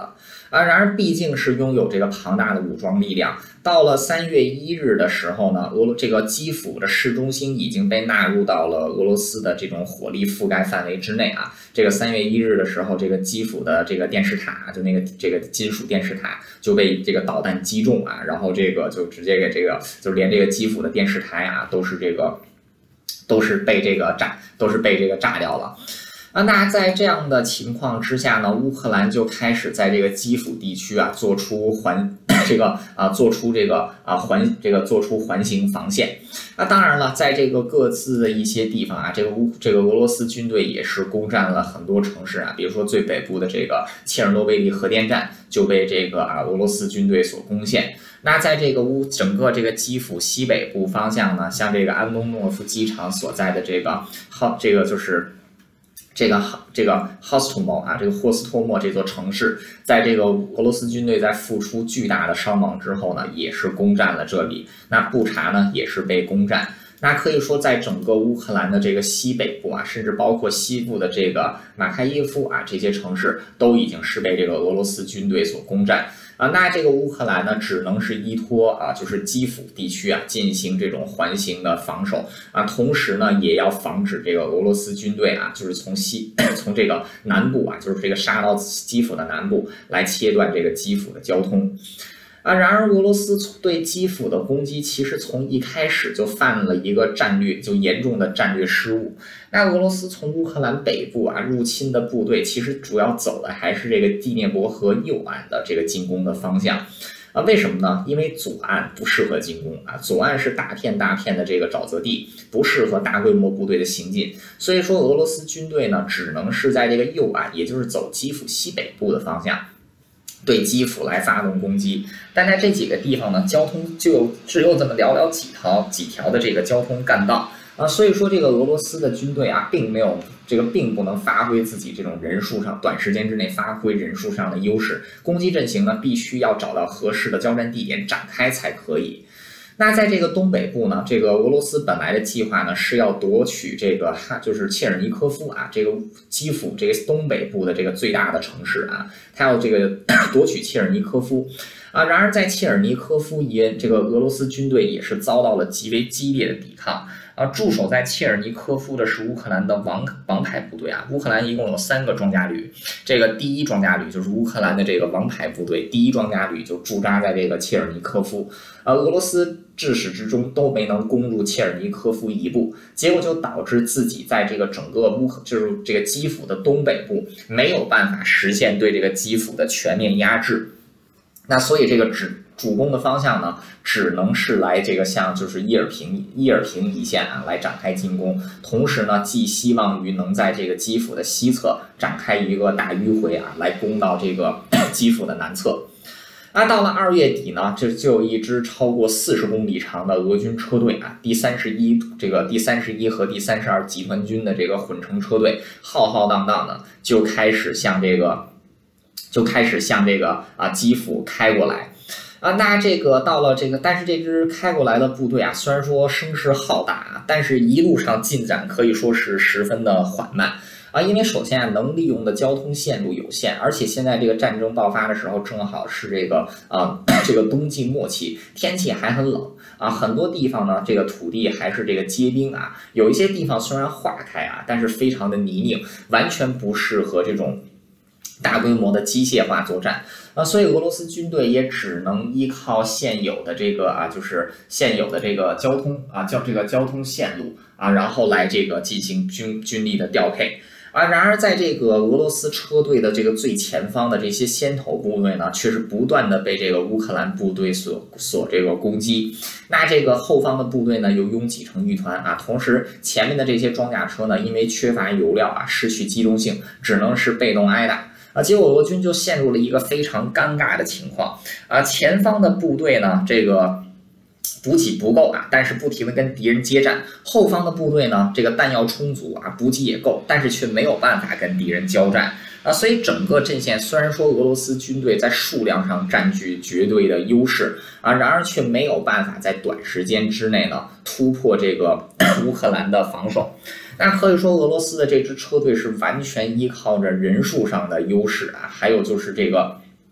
啊，然而毕竟是拥有这个庞大的武装力量。到了三月一日的时候呢，俄罗这个基辅的市中心已经被纳入到了俄罗斯的这种火力覆盖范围之内啊。这个三月一日的时候，这个基辅的这个电视塔，就那个这个金属电视塔就被这个导弹击中啊，然后这个就直接给这个就连这个基辅的电视台啊都是这个都是被这个炸都是被这个炸掉了。啊，那在这样的情况之下呢，乌克兰就开始在这个基辅地区啊做出环这个啊做出这个啊环这个做出环形防线。那当然了，在这个各自的一些地方啊，这个乌这个俄罗斯军队也是攻占了很多城市啊，比如说最北部的这个切尔诺贝利核电站就被这个啊俄罗斯军队所攻陷。那在这个乌整个这个基辅西北部方向呢，像这个安东诺夫机场所在的这个好这个就是。这个这个 Hostomel 啊，这个霍斯托莫这座城市，在这个俄罗斯军队在付出巨大的伤亡之后呢，也是攻占了这里。那布查呢，也是被攻占。那可以说，在整个乌克兰的这个西北部啊，甚至包括西部的这个马卡耶夫啊，这些城市都已经是被这个俄罗斯军队所攻占。啊，那这个乌克兰呢，只能是依托啊，就是基辅地区啊，进行这种环形的防守啊，同时呢，也要防止这个俄罗斯军队啊，就是从西从这个南部啊，就是这个杀到基辅的南部来切断这个基辅的交通。啊，然而俄罗斯对基辅的攻击其实从一开始就犯了一个战略就严重的战略失误。那俄罗斯从乌克兰北部啊入侵的部队，其实主要走的还是这个第聂伯河右岸的这个进攻的方向。啊，为什么呢？因为左岸不适合进攻啊，左岸是大片大片的这个沼泽地，不适合大规模部队的行进。所以说，俄罗斯军队呢，只能是在这个右岸，也就是走基辅西北部的方向，对基辅来发动攻击。但在这几个地方呢，交通就只有这么寥寥几条几条的这个交通干道啊，所以说这个俄罗斯的军队啊，并没有这个并不能发挥自己这种人数上短时间之内发挥人数上的优势，攻击阵型呢，必须要找到合适的交战地点展开才可以。那在这个东北部呢，这个俄罗斯本来的计划呢是要夺取这个哈，就是切尔尼科夫啊，这个基辅这个东北部的这个最大的城市啊，他要这个夺取切尔尼科夫啊。然而在切尔尼科夫也这个俄罗斯军队也是遭到了极为激烈的抵抗。啊，驻守在切尔尼科夫的是乌克兰的王王牌部队啊。乌克兰一共有三个装甲旅，这个第一装甲旅就是乌克兰的这个王牌部队，第一装甲旅就驻扎在这个切尔尼科夫。呃，俄罗斯至始至终都没能攻入切尔尼科夫一步，结果就导致自己在这个整个乌克就是这个基辅的东北部没有办法实现对这个基辅的全面压制。那所以这个只主攻的方向呢，只能是来这个向就是伊尔平伊尔平一线啊来展开进攻，同时呢，寄希望于能在这个基辅的西侧展开一个大迂回啊，来攻到这个基辅的南侧。那到了二月底呢，这就有一支超过四十公里长的俄军车队啊，第三十一这个第三十一和第三十二集团军的这个混成车队，浩浩荡荡的就开始向这个就开始向这个啊基辅开过来。啊，那这个到了这个，但是这支开过来的部队啊，虽然说声势浩大，但是一路上进展可以说是十分的缓慢啊。因为首先啊，能利用的交通线路有限，而且现在这个战争爆发的时候，正好是这个啊这个冬季末期，天气还很冷啊，很多地方呢，这个土地还是这个结冰啊，有一些地方虽然化开啊，但是非常的泥泞，完全不适合这种大规模的机械化作战啊，所以俄罗斯军队也只能依靠现有的这个啊，就是现有的这个交通啊，叫这个交通线路啊，然后来这个进行军军力的调配啊。然而，在这个俄罗斯车队的这个最前方的这些先头部队呢，却是不断的被这个乌克兰部队所所这个攻击。那这个后方的部队呢，又拥挤成一团啊，同时前面的这些装甲车呢，因为缺乏油料啊，失去机动性，只能是被动挨打。啊，结果俄军就陷入了一个非常尴尬的情况啊，前方的部队呢，这个补给不够啊，但是不停的跟敌人接战；后方的部队呢，这个弹药充足啊，补给也够，但是却没有办法跟敌人交战啊。所以整个阵线虽然说俄罗斯军队在数量上占据绝对的优势啊，然而却没有办法在短时间之内呢突破这个乌克兰的防守。那可以说，俄罗斯的这支车队是完全依靠着人数上的优势啊，还有就是这个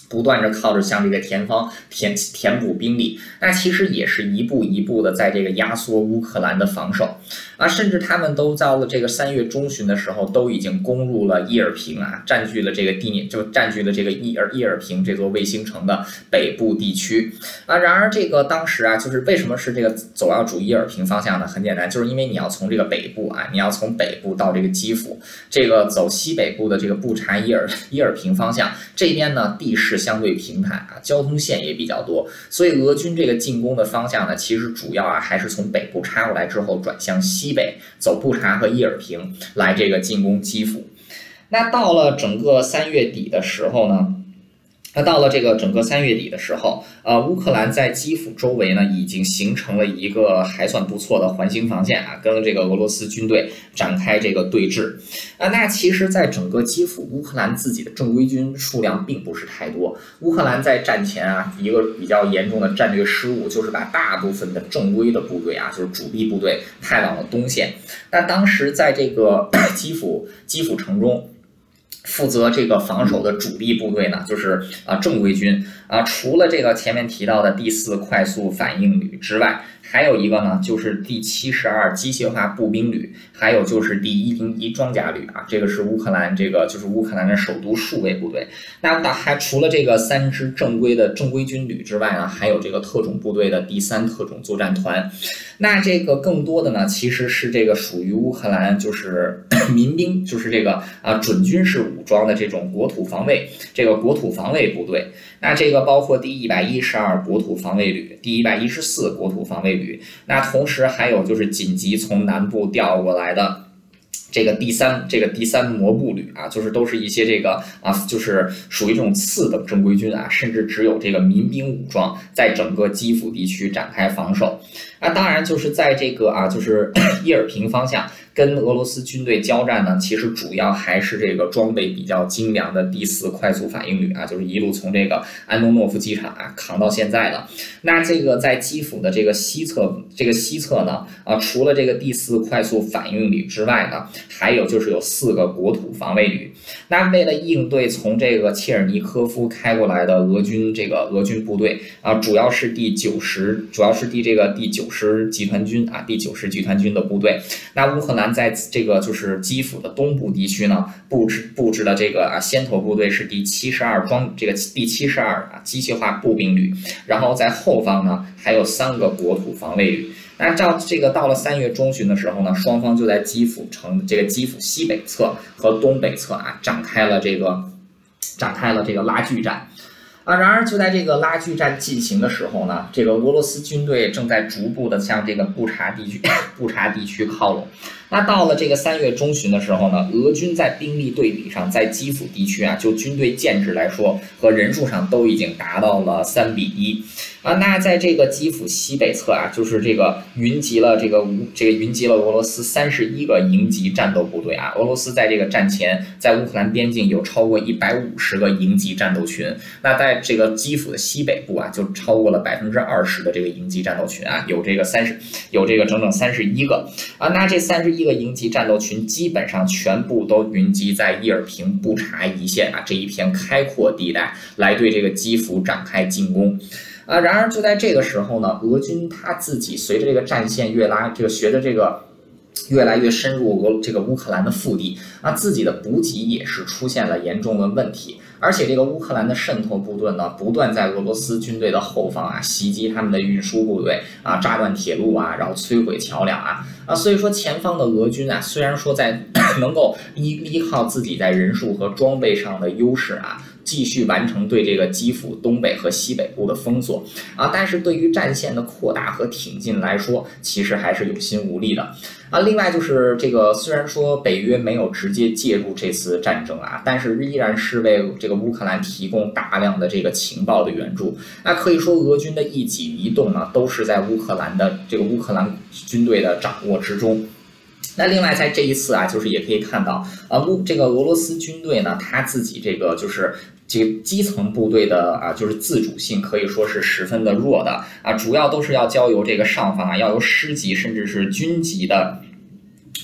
不断着靠着向这个前方填填补兵力，那其实也是一步一步的在这个压缩乌克兰的防守啊，甚至他们都到了这个三月中旬的时候，都已经攻入了伊尔平啊，占据了这个地就占据了这个伊尔伊尔平这座卫星城的北部地区啊。然而这个当时啊，就是为什么是这个走要主伊尔平方向呢？很简单，就是因为你要从这个北部啊，你要从北部到这个基辅，这个走西北部的这个布查伊尔伊尔平方向这边呢，地势相对平坦啊，交通线也比较多，所以俄军这个进攻的方向呢，其实主要啊还是从北部插过来之后转向西北，走布查和伊尔平来这个进攻基辅。那到了整个三月底的时候呢？那到了这个整个三月底的时候，呃，乌克兰在基辅周围呢，已经形成了一个还算不错的环形防线啊，跟这个俄罗斯军队展开这个对峙啊。那其实，在整个基辅，乌克兰自己的正规军数量并不是太多。乌克兰在战前啊，一个比较严重的战略失误，就是把大部分的正规的部队啊，就是主力部队派往了东线。那当时在这个基辅基辅城中，负责这个防守的主力部队呢，就是啊正规军啊，除了这个前面提到的第四快速反应旅之外，还有一个呢就是第七十二机械化步兵旅，还有就是第一零一装甲旅啊，这个是乌克兰这个就是乌克兰的首都数位部队。那还除了这个三支正规的正规军旅之外呢，还有这个特种部队的第三特种作战团。那这个更多的呢，其实是这个属于乌克兰就是民兵，就是这个啊准军事武装的这种国土防卫这个国土防卫部队。那这个包括第一百一十二国土防卫旅、第一百一十四国土防卫旅，那同时还有就是紧急从南部调过来的这个第三这个第三摩步旅啊，就是都是一些这个啊，就是属于这种次等正规军啊，甚至只有这个民兵武装在整个基辅地区展开防守。啊，当然就是在这个啊，就是伊尔平方向跟俄罗斯军队交战呢，其实主要还是这个装备比较精良的第四快速反应旅啊，就是一路从这个安东诺夫机场啊扛到现在的。那这个在基辅的这个西侧，这个西侧呢，啊，除了这个第四快速反应旅之外呢，还有就是有四个国土防卫旅。那为了应对从这个切尔尼科夫开过来的俄军这个俄军部队啊，主要是第九十，主要是第这个第九十集团军啊，第九十集团军的部队。那乌克兰在这个就是基辅的东部地区呢，布置布置了这个啊先头部队是第七十二装这个第七十二啊机械化步兵旅，然后在后方呢还有三个国土防卫旅。那照这个到了三月中旬的时候呢，双方就在基辅城这个基辅西北侧和东北侧啊展开了这个展开了这个拉锯战。啊，然而就在这个拉锯战进行的时候呢，这个俄罗斯军队正在逐步的向这个布查地区布查地区靠拢。那到了这个三月中旬的时候呢，俄军在兵力对比上，在基辅地区啊，就军队建制来说和人数上都已经达到了三比一啊。那在这个基辅西北侧啊，就是这个云集了这个这个云集了俄罗斯三十一个营级战斗部队啊。俄罗斯在这个战前，在乌克兰边境有超过一百五十个营级战斗群。那在这个基辅的西北部啊，就超过了百分之二十的这个营级战斗群啊，有这个三十，有这个整整三十一个啊。那这三十一个营级战斗群基本上全部都云集在伊尔平布查一线啊这一片开阔地带，来对这个基辅展开进攻。啊，然而就在这个时候呢，俄军他自己随着这个战线越拉，这个随着这个越来越深入俄这个乌克兰的腹地啊，自己的补给也是出现了严重的问题。而且这个乌克兰的渗透部队呢，不断在俄罗斯军队的后方啊袭击他们的运输部队啊，炸断铁路啊，然后摧毁桥梁啊啊，所以说前方的俄军啊，虽然说在能够依依靠自己在人数和装备上的优势啊，继续完成对这个基辅东北和西北部的封锁啊，但是对于战线的扩大和挺进来说，其实还是有心无力的啊。另外就是这个，虽然说北约没有直接介入这次战争啊，但是依然是为这个乌克兰提供大量的这个情报的援助。那可以说，俄军的一举一动呢，都是在乌克兰的这个乌克兰军队的掌握之中。那另外在这一次啊，就是也可以看到啊，乌这个俄罗斯军队呢，他自己这个就是这个基层部队的啊，就是自主性可以说是十分的弱的啊，主要都是要交由这个上方啊，要由师级甚至是军级的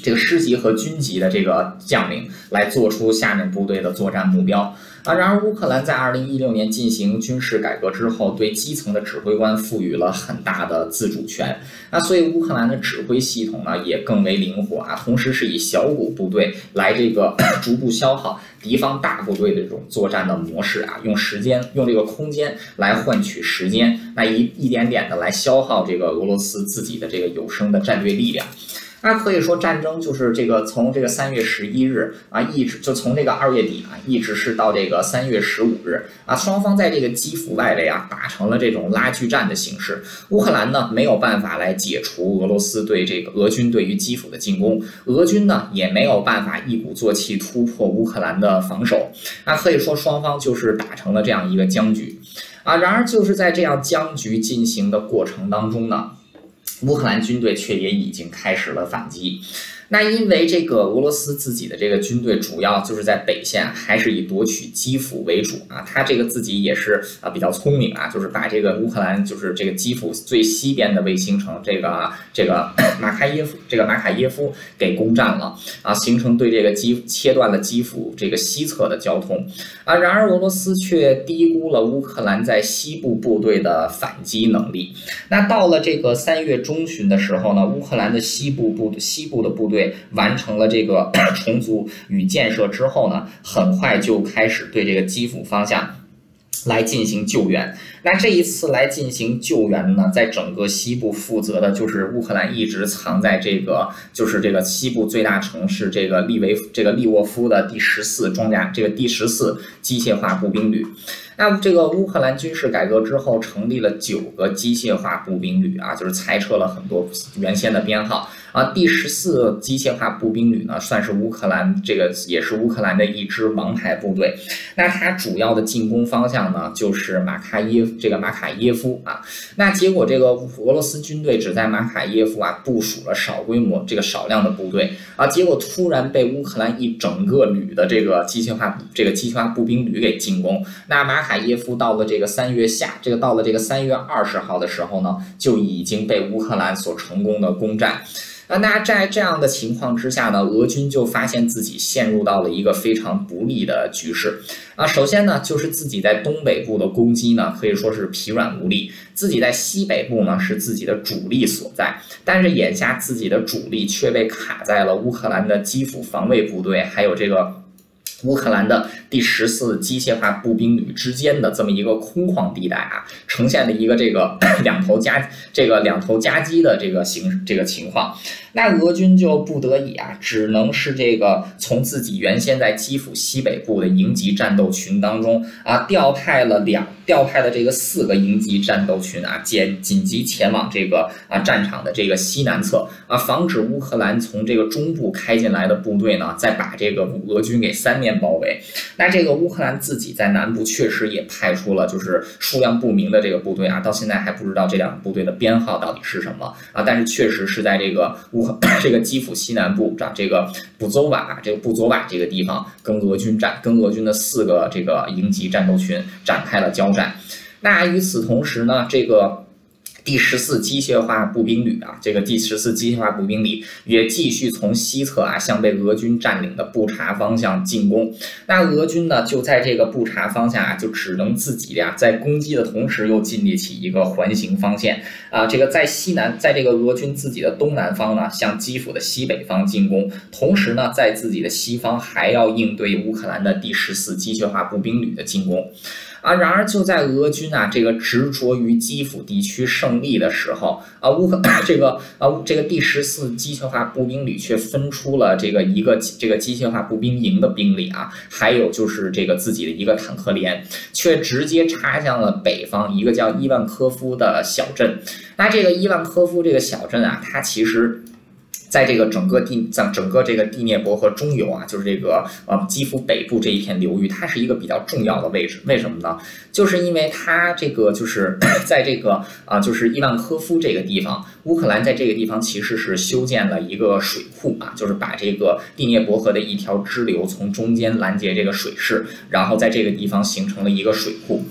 这个师级和军级的这个将领来做出下面部队的作战目标啊。然而，乌克兰在二零一六年进行军事改革之后，对基层的指挥官赋予了很大的自主权啊，所以乌克兰的指挥系统呢也更为灵活啊，同时是以小股部队来这个逐步消耗敌方大部队的这种作战的模式啊，用时间用这个空间来换取时间，那一一点点的来消耗这个俄罗斯自己的这个有生的战略力量。那可以说，战争就是这个从这个三月十一日啊，一直就从这个二月底啊，一直是到这个三月十五日啊，双方在这个基辅外围啊打成了这种拉锯战的形式。乌克兰呢没有办法来解除俄罗斯对这个俄军对于基辅的进攻，俄军呢也没有办法一鼓作气突破乌克兰的防守。那可以说，双方就是打成了这样一个僵局啊。然而，就是在这样僵局进行的过程当中呢，乌克兰军队却也已经开始了反击。那因为这个俄罗斯自己的这个军队主要就是在北线，还是以夺取基辅为主啊。他这个自己也是啊比较聪明啊，就是把这个乌克兰就是这个基辅最西边的卫星城这个这个马卡耶夫这个马卡耶夫给攻占了啊，形成对这个基切断了基辅这个西侧的交通啊。然而俄罗斯却低估了乌克兰在西部部队的反击能力。那到了这个三月中旬的时候呢，乌克兰的西部部西部的部队完成了这个重组与建设之后呢，很快就开始对这个基辅方向来进行救援。那这一次来进行救援呢，在整个西部负责的就是乌克兰一直藏在这个就是这个西部最大城市这个利维这个利沃夫的第十四装甲这个第十四机械化步兵旅。那这个乌克兰军事改革之后，成立了九个机械化步兵旅啊，就是裁撤了很多原先的编号啊。第十四机械化步兵旅呢，算是乌克兰这个也是乌克兰的一支王牌部队。那它主要的进攻方向呢，就是马卡耶这个马卡耶夫啊。那结果这个俄罗斯军队只在马卡耶夫啊部署了少规模这个少量的部队啊，结果突然被乌克兰一整个旅的这个机械化这个机械化步兵旅给进攻。那马卡耶夫到了这个三月下，这个到了这个三月二十号的时候呢，就已经被乌克兰所成功的攻占。啊，那在这样的情况之下呢，俄军就发现自己陷入到了一个非常不利的局势啊。首先呢，就是自己在东北部的攻击呢，可以说是疲软无力；自己在西北部呢，是自己的主力所在，但是眼下自己的主力却被卡在了乌克兰的基辅防卫部队，还有这个乌克兰的第十四机械化步兵旅之间的这么一个空旷地带啊，呈现了一个这个两头夹这个两头夹击的这个形这个情况。那俄军就不得已啊，只能是这个从自己原先在基辅西北部的营级战斗群当中啊，调派了两调派了这个四个营级战斗群啊，紧紧急前往这个啊战场的这个西南侧啊，防止乌克兰从这个中部开进来的部队呢，再把这个俄军给三面包围。那这个乌克兰自己在南部确实也派出了就是数量不明的这个部队啊，到现在还不知道这两个部队的编号到底是什么啊，但是确实是在这个乌这个基辅西南部这个布佐瓦这个布佐瓦这个地方跟俄军战跟俄军的四个这个营级战斗群展开了交战。那与此同时呢，这个第十四机械化步兵旅啊，这个第十四机械化步兵旅也继续从西侧啊向被俄军占领的布查方向进攻。那俄军呢就在这个布查方向啊，就只能自己呀、啊、在攻击的同时又建立起一个环形方线啊，这个在西南，在这个俄军自己的东南方呢向基辅的西北方进攻，同时呢在自己的西方还要应对乌克兰的第十四机械化步兵旅的进攻。啊，然而就在俄军啊这个执着于基辅地区胜利的时候啊，乌克这个啊这个第十四机械化步兵旅却分出了这个一个这个机械化步兵营的兵力啊，还有就是这个自己的一个坦克连，却直接插向了北方一个叫伊万科夫的小镇。那这个伊万科夫这个小镇啊，它其实在这个整个地，在整个这个第聂伯河中游啊，就是这个呃基辅北部这一片流域，它是一个比较重要的位置。为什么呢？就是因为它这个就是在这个啊、呃，就是伊万科夫这个地方，乌克兰在这个地方其实是修建了一个水库啊，就是把这个第聂伯河的一条支流从中间拦截这个水势，然后在这个地方形成了一个水库。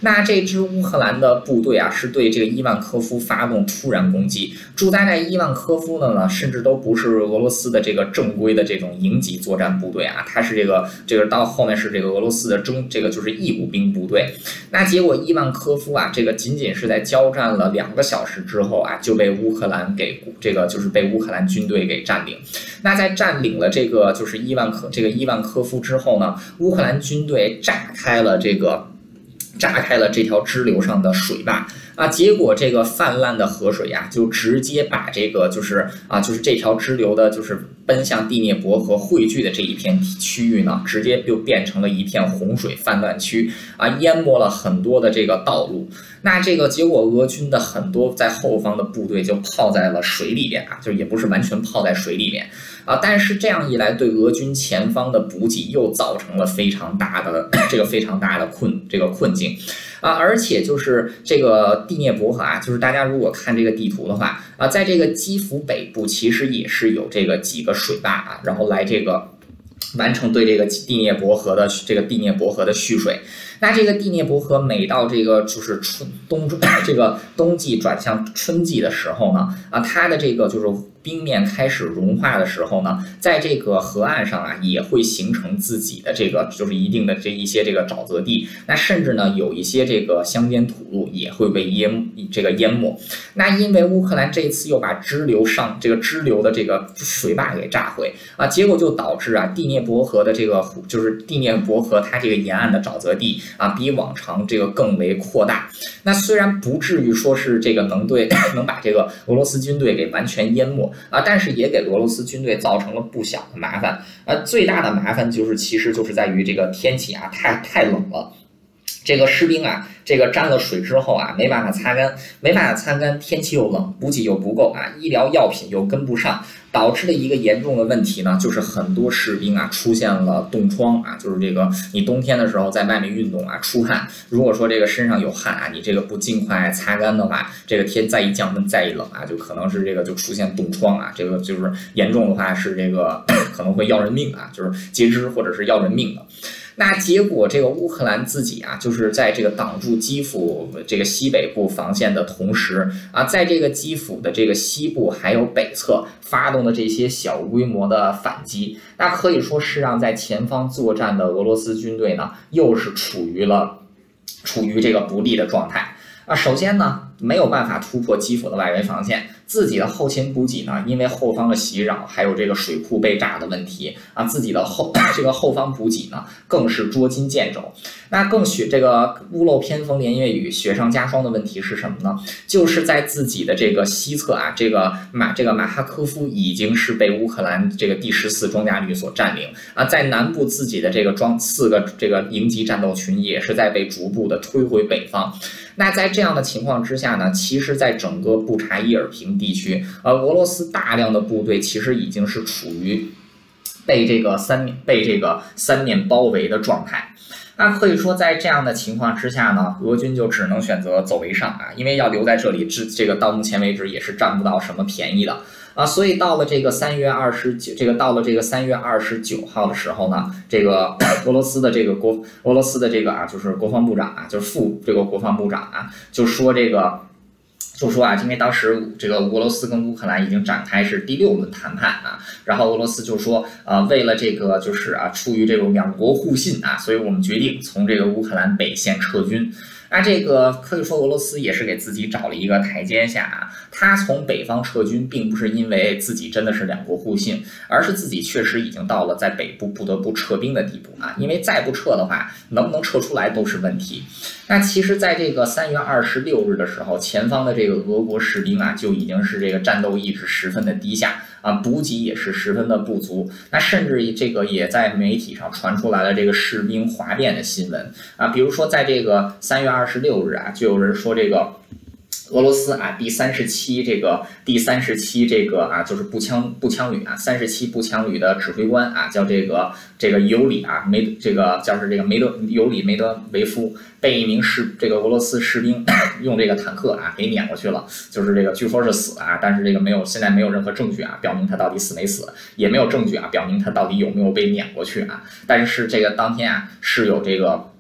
那这支乌克兰的部队啊，是对这个伊万科夫发动突然攻击。驻扎在伊万科夫的呢，甚至都不是俄罗斯的这个正规的这种营级作战部队啊，它是这个这个到后面是这个俄罗斯的中这个就是义务兵部队。那结果伊万科夫啊，这个仅仅是在交战了两个小时之后啊，就被乌克兰给这个就是被乌克兰军队给占领。那在占领了这个就是伊万科这个伊万科夫之后呢，乌克兰军队炸开了这个。炸开了这条支流上的水坝啊，结果这个泛滥的河水呀、啊，就直接把这个就是啊，就是这条支流的，就是奔向第聂伯河汇聚的这一片区域呢，直接就变成了一片洪水泛滥区啊，淹没了很多的这个道路。那这个结果，俄军的很多在后方的部队就泡在了水里边啊，就也不是完全泡在水里面啊，但是这样一来，对俄军前方的补给又造成了非常大的这个非常大的困这个困境。啊，而且就是这个第聂伯河啊，就是大家如果看这个地图的话啊，在这个基辅北部其实也是有这个几个水坝啊，然后来这个完成对这个第聂伯河的这个第聂伯河的蓄水。那这个第聂伯河每到这个就是春冬这个冬季转向春季的时候呢，啊，它的这个就是冰面开始融化的时候呢，在这个河岸上啊，也会形成自己的这个就是一定的这一些这个沼泽地。那甚至呢，有一些这个乡间土路也会被淹这个淹没。那因为乌克兰这次又把支流上这个支流的这个水坝给炸毁啊，结果就导致啊，第聂伯河的这个就是第聂伯河它这个沿岸的沼泽地啊，比往常这个更为扩大。那虽然不至于说是这个能对能把这个俄罗斯军队给完全淹没啊，但是也给俄罗斯军队造成了不小的麻烦。啊，最大的麻烦就是其实就是在于这个天气啊，太太冷了。这个士兵啊，这个沾了水之后啊，没办法擦干，没办法擦干，天气又冷，补给又不够啊，医疗药品又跟不上，导致的一个严重的问题呢，就是很多士兵啊出现了冻疮啊，就是这个你冬天的时候在外面运动啊出汗，如果说这个身上有汗啊，你这个不尽快擦干的话，这个天再一降温再一冷啊，就可能是这个就出现冻疮啊，这个就是严重的话是这个可能会要人命啊，就是截肢或者是要人命的。那结果，这个乌克兰自己啊，就是在这个挡住基辅这个西北部防线的同时啊，在这个基辅的这个西部还有北侧发动的这些小规模的反击，那可以说是让在前方作战的俄罗斯军队呢，又是处于了处于这个不利的状态啊。首先呢，没有办法突破基辅的外围防线。自己的后勤补给呢，因为后方的袭扰，还有这个水库被炸的问题啊，自己的后这个后方补给呢，更是捉襟见肘。那更雪这个屋漏偏逢连夜雨，雪上加霜的问题是什么呢？就是在自己的这个西侧啊，这个马这个马哈科夫已经是被乌克兰这个第十四装甲旅所占领啊，在南部自己的这个装四个这个营级战斗群也是在被逐步的推回北方。那在这样的情况之下呢，其实在整个布查伊尔平地区，呃，俄罗斯大量的部队其实已经是处于被这个三面被这个三面包围的状态。那可以说，在这样的情况之下呢，俄军就只能选择走为上啊，因为要留在这里，至这个到目前为止也是占不到什么便宜的啊。所以到了这个三月二十九，这个到了这个三月二十九号的时候呢，这个俄罗斯的这个国俄罗斯的这个啊，就是国防部长啊，就是副这个国防部长啊，就说这个。就说啊，因为当时这个俄罗斯跟乌克兰已经展开是第六轮谈判啊，然后俄罗斯就说，呃，为了这个就是啊，出于这种两国互信啊，所以我们决定从这个乌克兰北线撤军。那这个可以说俄罗斯也是给自己找了一个台阶下啊，他从北方撤军，并不是因为自己真的是两国互信，而是自己确实已经到了在北部不得不撤兵的地步啊，因为再不撤的话，能不能撤出来都是问题。那其实，在这个三月二十六日的时候，前方的这个俄国士兵啊，就已经是这个战斗意志十分的低下啊，补给也是十分的不足。那甚至这个也在媒体上传出来了这个士兵哗变的新闻啊，比如说在这个三月二十六日啊，就有人说这个。俄罗斯啊，第三十七这个第三十七这个啊，就是步枪步枪旅啊，三十七步枪旅的指挥官啊，叫这个这个尤里啊梅这个叫是这个梅德尤里梅德维夫，被一名士这个俄罗斯士兵用这个坦克啊给撵过去了，就是这个据说是死啊，但是这个没有现在没有任何证据啊表明他到底死没死，也没有证据啊表明他到底有没有被撵过去啊，但是这个当天啊是有这个。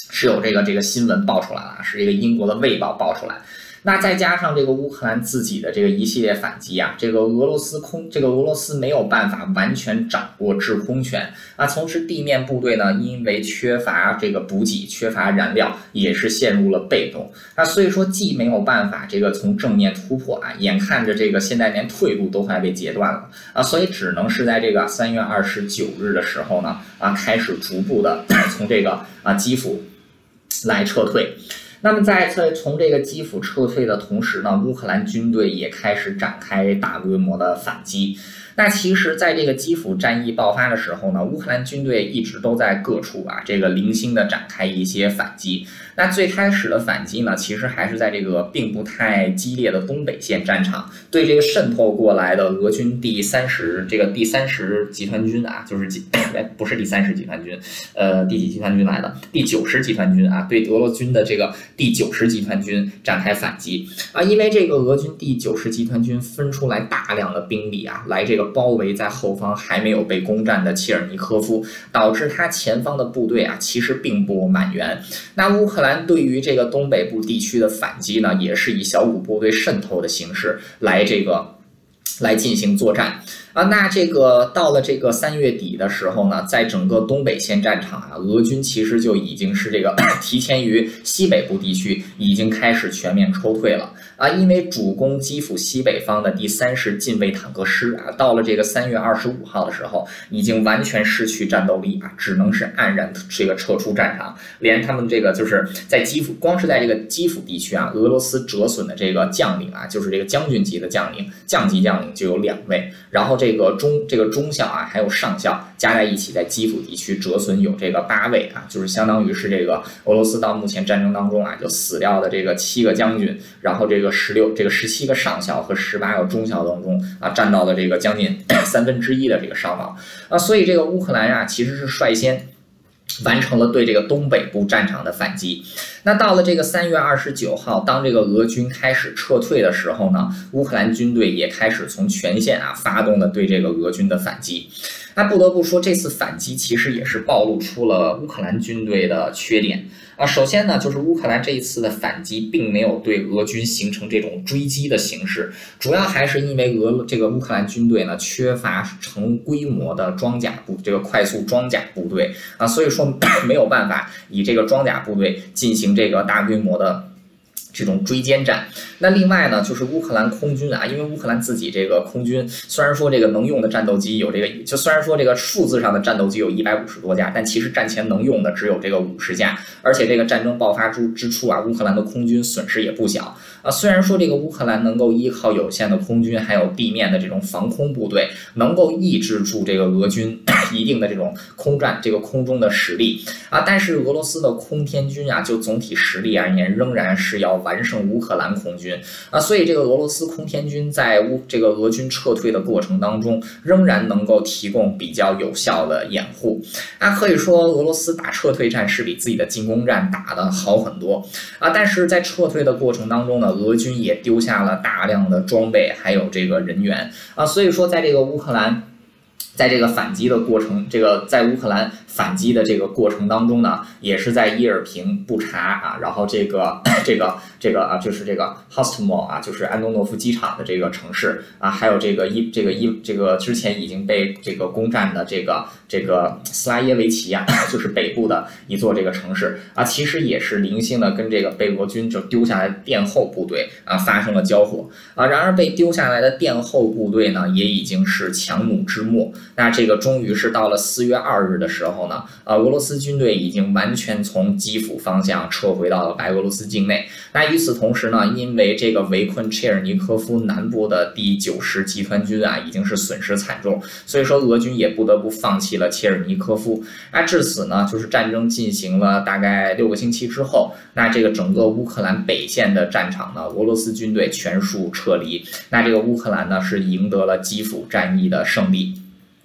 是有这个这个新闻爆出来了，是这个英国的卫报爆出来。那再加上这个乌克兰自己的这个一系列反击啊，这个俄罗斯空这个俄罗斯没有办法完全掌握制空权啊，同时地面部队呢，因为缺乏这个补给、缺乏燃料，也是陷入了被动啊，所以说既没有办法这个从正面突破啊，眼看着这个现在连退路都快被截断了啊，所以只能是在这个三月二十九日的时候呢啊，开始逐步的从这个啊基辅来撤退。那么在从这个基辅撤退的同时呢，乌克兰军队也开始展开大规模的反击。那其实在这个基辅战役爆发的时候呢，乌克兰军队一直都在各处啊这个零星的展开一些反击。那最开始的反击呢，其实还是在这个并不太激烈的东北线战场，对这个渗透过来的俄军第三十这个第三十集团军啊，就是不是第三十集团军，呃，第几集团军来的？第九十集团军啊，对俄罗军的这个第九十集团军展开反击啊，因为这个俄军第九十集团军分出来大量的兵力啊，来这个包围在后方还没有被攻占的切尔尼科夫，导致他前方的部队啊其实并不满员。那乌克兰对于这个东北部地区的反击呢，也是以小股部队渗透的形式来这个来进行作战。啊，那这个到了这个三月底的时候呢，在整个东北线战场啊，俄军其实就已经是这个提前于西北部地区已经开始全面抽退了啊，因为主攻基辅西北方的第三十近卫坦克师啊，到了这个三月二十五号的时候，已经完全失去战斗力啊，只能是黯然这个撤出战场，连他们这个就是在基辅，光是在这个基辅地区啊，俄罗斯折损的这个将领啊，就是这个将军级的将领、将级将领就有两位，然后这个中这个中校啊，还有上校加在一起，在基辅地区折损有这个八位啊，就是相当于是这个俄罗斯到目前战争当中啊，就死掉的这个七个将军，然后这个十六这个十七个上校和十八个中校当中啊，占到了这个将近三分之一的这个伤亡啊，所以这个乌克兰啊，其实是率先完成了对这个东北部战场的反击。那到了这个三月二十九号，当这个俄军开始撤退的时候呢，乌克兰军队也开始从全线啊发动了对这个俄军的反击。那不得不说，这次反击其实也是暴露出了乌克兰军队的缺点啊。首先呢，就是乌克兰这一次的反击并没有对俄军形成这种追击的形式，主要还是因为俄这个乌克兰军队呢缺乏成规模的装甲部这个快速装甲部队啊，所以说没有办法以这个装甲部队进行这个大规模的这种追歼战。那另外呢，就是乌克兰空军啊，因为乌克兰自己这个空军虽然说这个能用的战斗机有这个，就虽然说这个数字上的战斗机有一百五十多架，但其实战前能用的只有这个五十架，而且这个战争爆发之之初啊，乌克兰的空军损失也不小啊。虽然说这个乌克兰能够依靠有限的空军还有地面的这种防空部队，能够抑制住这个俄军一定的这种空战这个空中的实力啊，但是俄罗斯的空天军啊，就总体实力而言，仍然是要完胜乌克兰空军啊，所以这个俄罗斯空天军在乌这个俄军撤退的过程当中，仍然能够提供比较有效的掩护。那可以说，俄罗斯打撤退战是比自己的进攻战打得好很多啊，但是在撤退的过程当中呢，俄军也丢下了大量的装备还有这个人员啊，所以说在这个乌克兰。在这个反击的过程，这个在乌克兰反击的这个过程当中呢，也是在伊尔平、布查啊，然后这个这个这个啊，就是这个 Hostomel 啊，就是安东诺夫机场的这个城市啊，还有这个伊这个伊这个之前已经被这个攻占的这个这个斯拉耶维奇亚，就是北部的一座这个城市啊，其实也是零星的跟这个被俄军就丢下来的殿后部队啊发生了交火啊，然而被丢下来的殿后部队呢，也已经是强弩之末。那这个终于是到了四月二日的时候呢，呃，俄罗斯军队已经完全从基辅方向撤回到了白俄罗斯境内。那与此同时呢，因为这个围困切尔尼科夫南部的第九十集团军啊，已经是损失惨重，所以说俄军也不得不放弃了切尔尼科夫。那至此呢，就是战争进行了大概六个星期之后，那这个整个乌克兰北线的战场呢，俄罗斯军队全数撤离。那这个乌克兰呢，是赢得了基辅战役的胜利。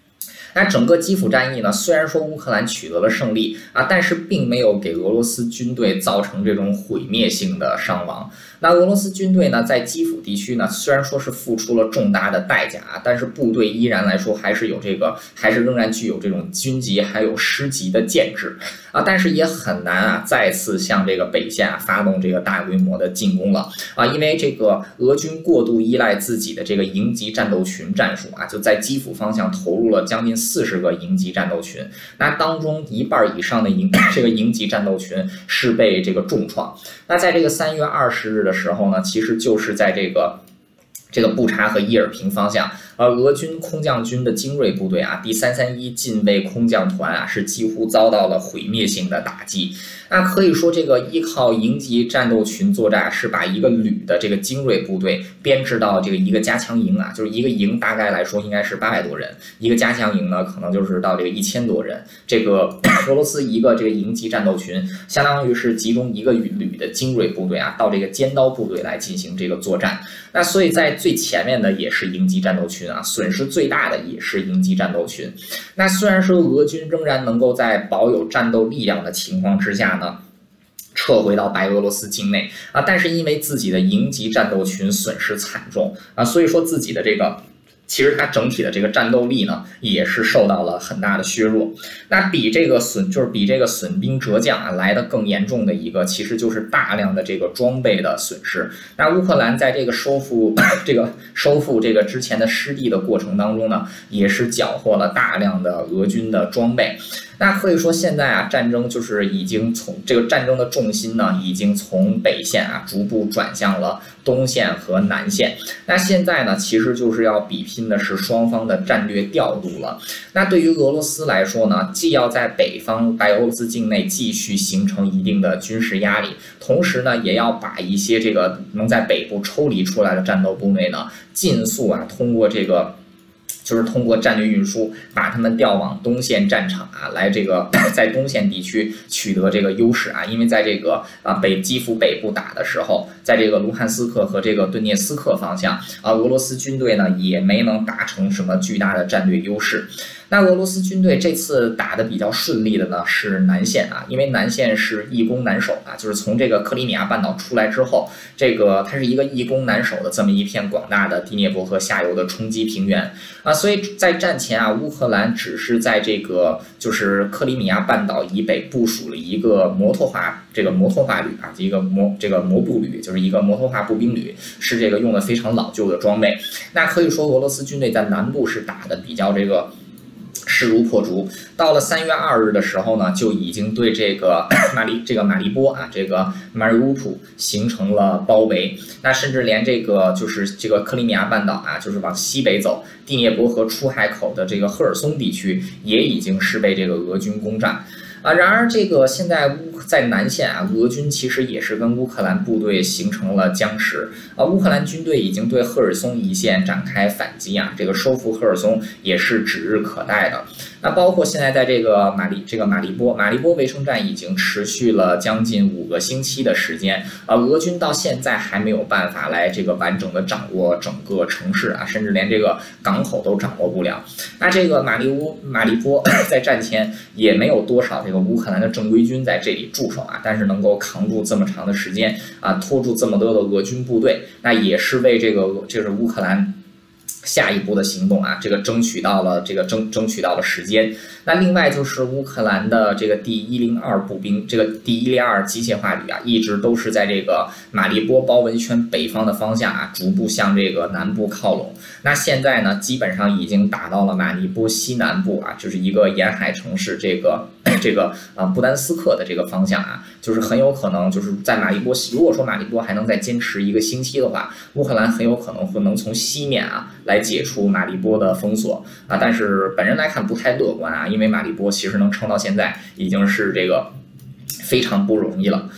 那整个基辅战役呢，虽然说乌克兰取得了胜利啊，但是并没有给俄罗斯军队造成这种毁灭性的伤亡。那俄罗斯军队呢，在基辅地区呢，虽然说是付出了重大的代价啊，但是部队依然来说还是有这个，还是仍然具有这种军级还有师级的建制啊，但是也很难啊再次向这个北线啊发动这个大规模的进攻了啊，因为这个俄军过度依赖自己的这个营级战斗群战术啊，就在基辅方向投入了将近四十个营级战斗群，那当中一半以上的营这个营级战斗群是被这个重创。那在这个三月二十日的时候呢，其实就是在这个这个布查和伊尔平方向，而俄军空降军的精锐部队啊，第三三一近卫空降团啊，是几乎遭到了毁灭性的打击。那可以说，这个依靠营级战斗群作战，是把一个旅的这个精锐部队编制到这个一个加强营啊，就是一个营大概来说应该是八百多人，一个加强营呢可能就是到这个一千多人。这个俄罗斯一个这个营级战斗群，相当于是集中一个旅的精锐部队啊，到这个尖刀部队来进行这个作战。那所以在最前面的也是营级战斗群啊，损失最大的也是营级战斗群。那虽然说俄军仍然能够在保有战斗力量的情况之下呢，撤回到白俄罗斯境内啊，但是因为自己的营级战斗群损失惨重啊，所以说自己的这个。其实它整体的这个战斗力呢，也是受到了很大的削弱。那比这个损，就是比这个损兵折将啊来的更严重的一个，其实就是大量的这个装备的损失。那乌克兰在这个收复这个收复这个之前的失地的过程当中呢，也是缴获了大量的俄军的装备。那可以说现在啊，战争就是已经从这个战争的重心呢，已经从北线啊逐步转向了东线和南线。那现在呢，其实就是要比拼的是双方的战略调度了。那对于俄罗斯来说呢，既要在北方白俄罗斯境内继续形成一定的军事压力，同时呢，也要把一些这个能在北部抽离出来的战斗部队呢，尽速啊通过这个。就是通过战略运输把他们调往东线战场啊，来这个在东线地区取得这个优势啊，因为在这个啊北基辅北部打的时候，在这个卢汉斯克和这个顿涅斯克方向啊，俄罗斯军队呢也没能达成什么巨大的战略优势。那俄罗斯军队这次打得比较顺利的呢是南线啊，因为南线是易攻难守啊，就是从这个克里米亚半岛出来之后，这个它是一个易攻难守的这么一片广大的第聂伯河下游的冲积平原啊，所以在战前啊，乌克兰只是在这个就是克里米亚半岛以北部署了一个摩托化这个摩托化旅啊，一个摩这个摩步旅，就是一个摩托化步兵旅，是这个用的非常老旧的装备。那可以说俄罗斯军队在南部是打的比较这个。势如破竹，到了三月二日的时候呢，就已经对这个马里这个马利波啊，这个马里乌普形成了包围。那甚至连这个就是这个克里米亚半岛啊，就是往西北走，第聂伯河出海口的这个赫尔松地区，也已经是被这个俄军攻占。啊，然而这个现在乌在南线啊，俄军其实也是跟乌克兰部队形成了僵持啊。乌克兰军队已经对赫尔松一线展开反击啊，这个收复赫尔松也是指日可待的。那包括现在在这个马里这个马利波马利波围城战已经持续了将近五个星期的时间啊，俄军到现在还没有办法来这个完整的掌握整个城市啊，甚至连这个港口都掌握不了。那这个马利乌马利波在战前也没有多少这个乌克兰的正规军在这里驻守啊，但是能够扛住这么长的时间啊，拖住这么多的俄军部队，那也是为这个就是乌克兰下一步的行动啊，这个争取到了这个争争取到了时间。那另外就是乌克兰的这个第一零二步兵，这个第一零二机械化旅啊，一直都是在这个马利波包围圈北方的方向啊，逐步向这个南部靠拢。那现在呢，基本上已经打到了马利波西南部啊，就是一个沿海城市这个这个啊布丹斯克的这个方向啊，就是很有可能就是在马利波，如果说马利波还能再坚持一个星期的话，乌克兰很有可能会能从西面啊来解除马利波的封锁啊，但是本人来看不太乐观啊，因为马利波其实能撑到现在已经是这个非常不容易了。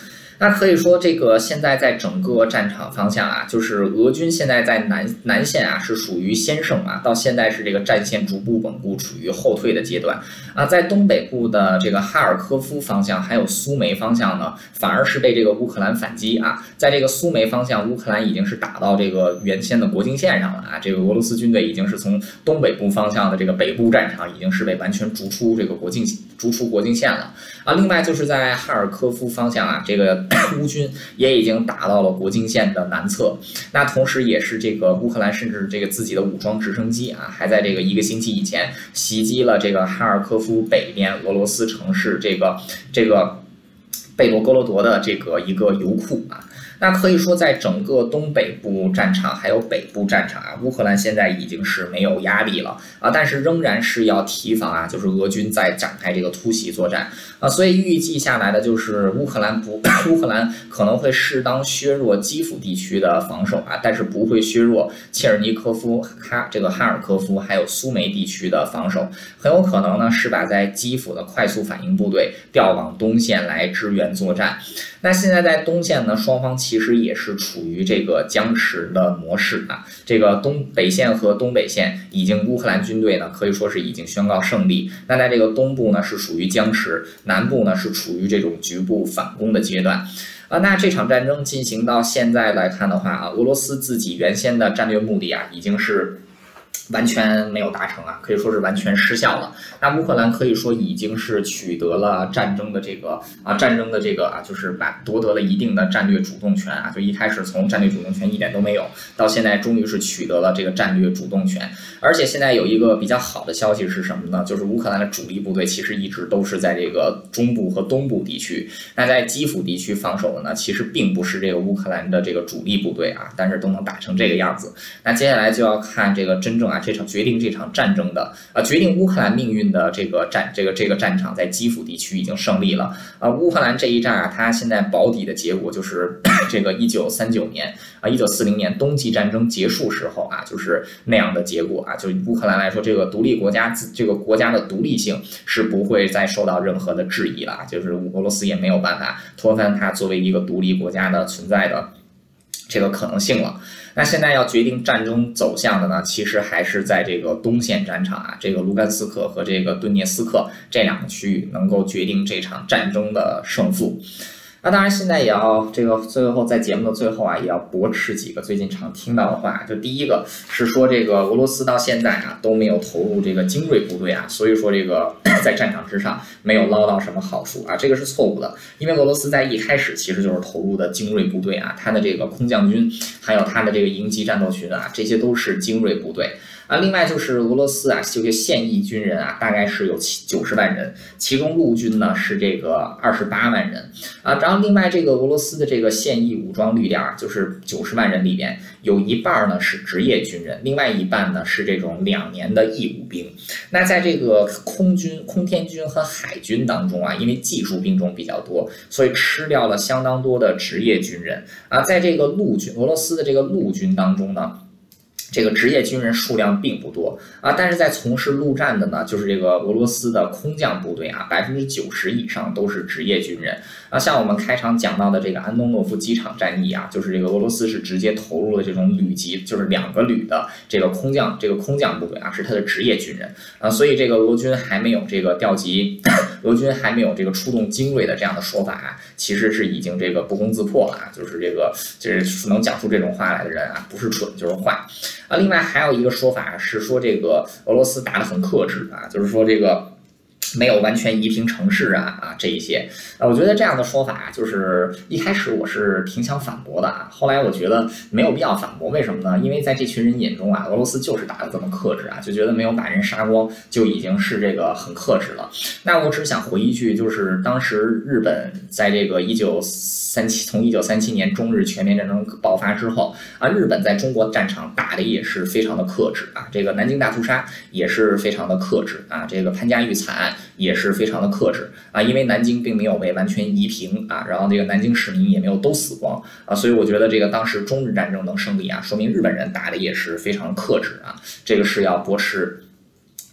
那可以说，这个现在在整个战场方向啊，就是俄军现在在南南线啊是属于先胜啊，到现在是这个战线逐步稳固，处于后退的阶段啊。在东北部的这个哈尔科夫方向还有苏梅方向呢，反而是被这个乌克兰反击啊。在这个苏梅方向，乌克兰已经是打到这个原先的国境线上了啊，这个俄罗斯军队已经是从东北部方向的这个北部战场已经是被完全逐出这个国境逐出国境线了啊。另外就是在哈尔科夫方向啊，这个乌军也已经打到了国境线的南侧，那同时也是这个乌克兰甚至这个自己的武装直升机啊，还在这个一个星期以前袭击了这个哈尔科夫北边俄罗斯城市这个这个贝罗戈罗德的这个一个油库啊。那可以说，在整个东北部战场还有北部战场啊，乌克兰现在已经是没有压力了啊，但是仍然是要提防啊，就是俄军在展开这个突袭作战啊，所以预计下来的就是乌克兰不，乌克兰可能会适当削弱基辅地区的防守啊，但是不会削弱切尔尼科夫、哈这个哈尔科夫还有苏梅地区的防守，很有可能呢是把在基辅的快速反应部队调往东线来支援作战。那现在在东线呢，双方其实也是处于这个僵持的模式啊。这个东北线和东北线已经乌克兰军队呢可以说是已经宣告胜利。那在这个东部呢是属于僵持，南部呢是处于这种局部反攻的阶段。啊，那这场战争进行到现在来看的话啊，俄罗斯自己原先的战略目的啊已经是完全没有达成啊，可以说是完全失效了。那乌克兰可以说已经是取得了战争的这个啊战争的这个啊，就是把夺得了一定的战略主动权啊。就一开始从战略主动权一点都没有，到现在终于是取得了这个战略主动权。而且现在有一个比较好的消息是什么呢？就是乌克兰的主力部队其实一直都是在这个中部和东部地区。那在基辅地区防守的呢，其实并不是这个乌克兰的这个主力部队啊，但是都能打成这个样子。那接下来就要看这个真正啊这场决定这场战争的啊决定乌克兰命运的这个战这个这个战场在基辅地区已经胜利了啊。乌克兰这一战啊，它现在保底的结果就是这个一九三九年啊一九四零年冬季战争结束时候啊，就是那样的结果啊。就乌克兰来说，这个独立国家这个国家的独立性是不会再受到任何的质疑了，就是俄罗斯也没有办法推翻它作为一个独立国家的存在的这个可能性了。那现在要决定战争走向的呢，其实还是在这个东线战场啊，这个卢甘斯克和这个顿涅斯克这两个区域能够决定这场战争的胜负。那当然，现在也要这个最后在节目的最后啊，也要驳斥几个最近常听到的话。就第一个是说，这个俄罗斯到现在啊都没有投入这个精锐部队啊，所以说这个在战场之上没有捞到什么好处啊，这个是错误的。因为俄罗斯在一开始其实就是投入的精锐部队啊，它的这个空降军，还有它的这个营级战斗群啊，这些都是精锐部队。啊，另外就是俄罗斯啊，这些现役军人啊，大概是有九十万人，其中陆军呢是这个二十八万人啊。然后另外这个俄罗斯的这个现役武装力量，就是九十万人里边有一半呢是职业军人，另外一半呢是这种两年的义务兵。那在这个空军、空天军和海军当中啊，因为技术兵种比较多，所以吃掉了相当多的职业军人啊。在这个陆军，俄罗斯的这个陆军当中呢，这个职业军人数量并不多啊，但是在从事陆战的呢，就是这个俄罗斯的空降部队啊，百分之九十以上都是职业军人啊。像我们开场讲到的这个安东诺夫机场战役啊，就是这个俄罗斯是直接投入了这种旅级，就是两个旅的这个空降这个空降部队啊，是他的职业军人啊，所以这个俄军还没有这个调集，俄军还没有这个出动精锐的这样的说法啊，其实是已经这个不攻自破了啊，就是这个就是能讲出这种话来的人啊，不是蠢就是坏。啊，另外还有一个说法是说，这个俄罗斯打得很克制啊，就是说这个没有完全夷平城市啊啊这一些啊，我觉得这样的说法就是一开始我是挺想反驳的啊，后来我觉得没有必要反驳，为什么呢？因为在这群人眼中啊，俄罗斯就是打得这么克制啊，就觉得没有把人杀光就已经是这个很克制了。那我只想回一句，就是当时日本在这个一九三七从一九三七年中日全面战争爆发之后啊，日本在中国战场打的也是非常的克制啊，这个南京大屠杀也是非常的克制啊，这个潘家峪惨案也是非常的克制啊，因为南京并没有被完全夷平啊，然后这个南京市民也没有都死光啊，所以我觉得这个当时中日战争能胜利啊，说明日本人打的也是非常克制啊，这个是要驳斥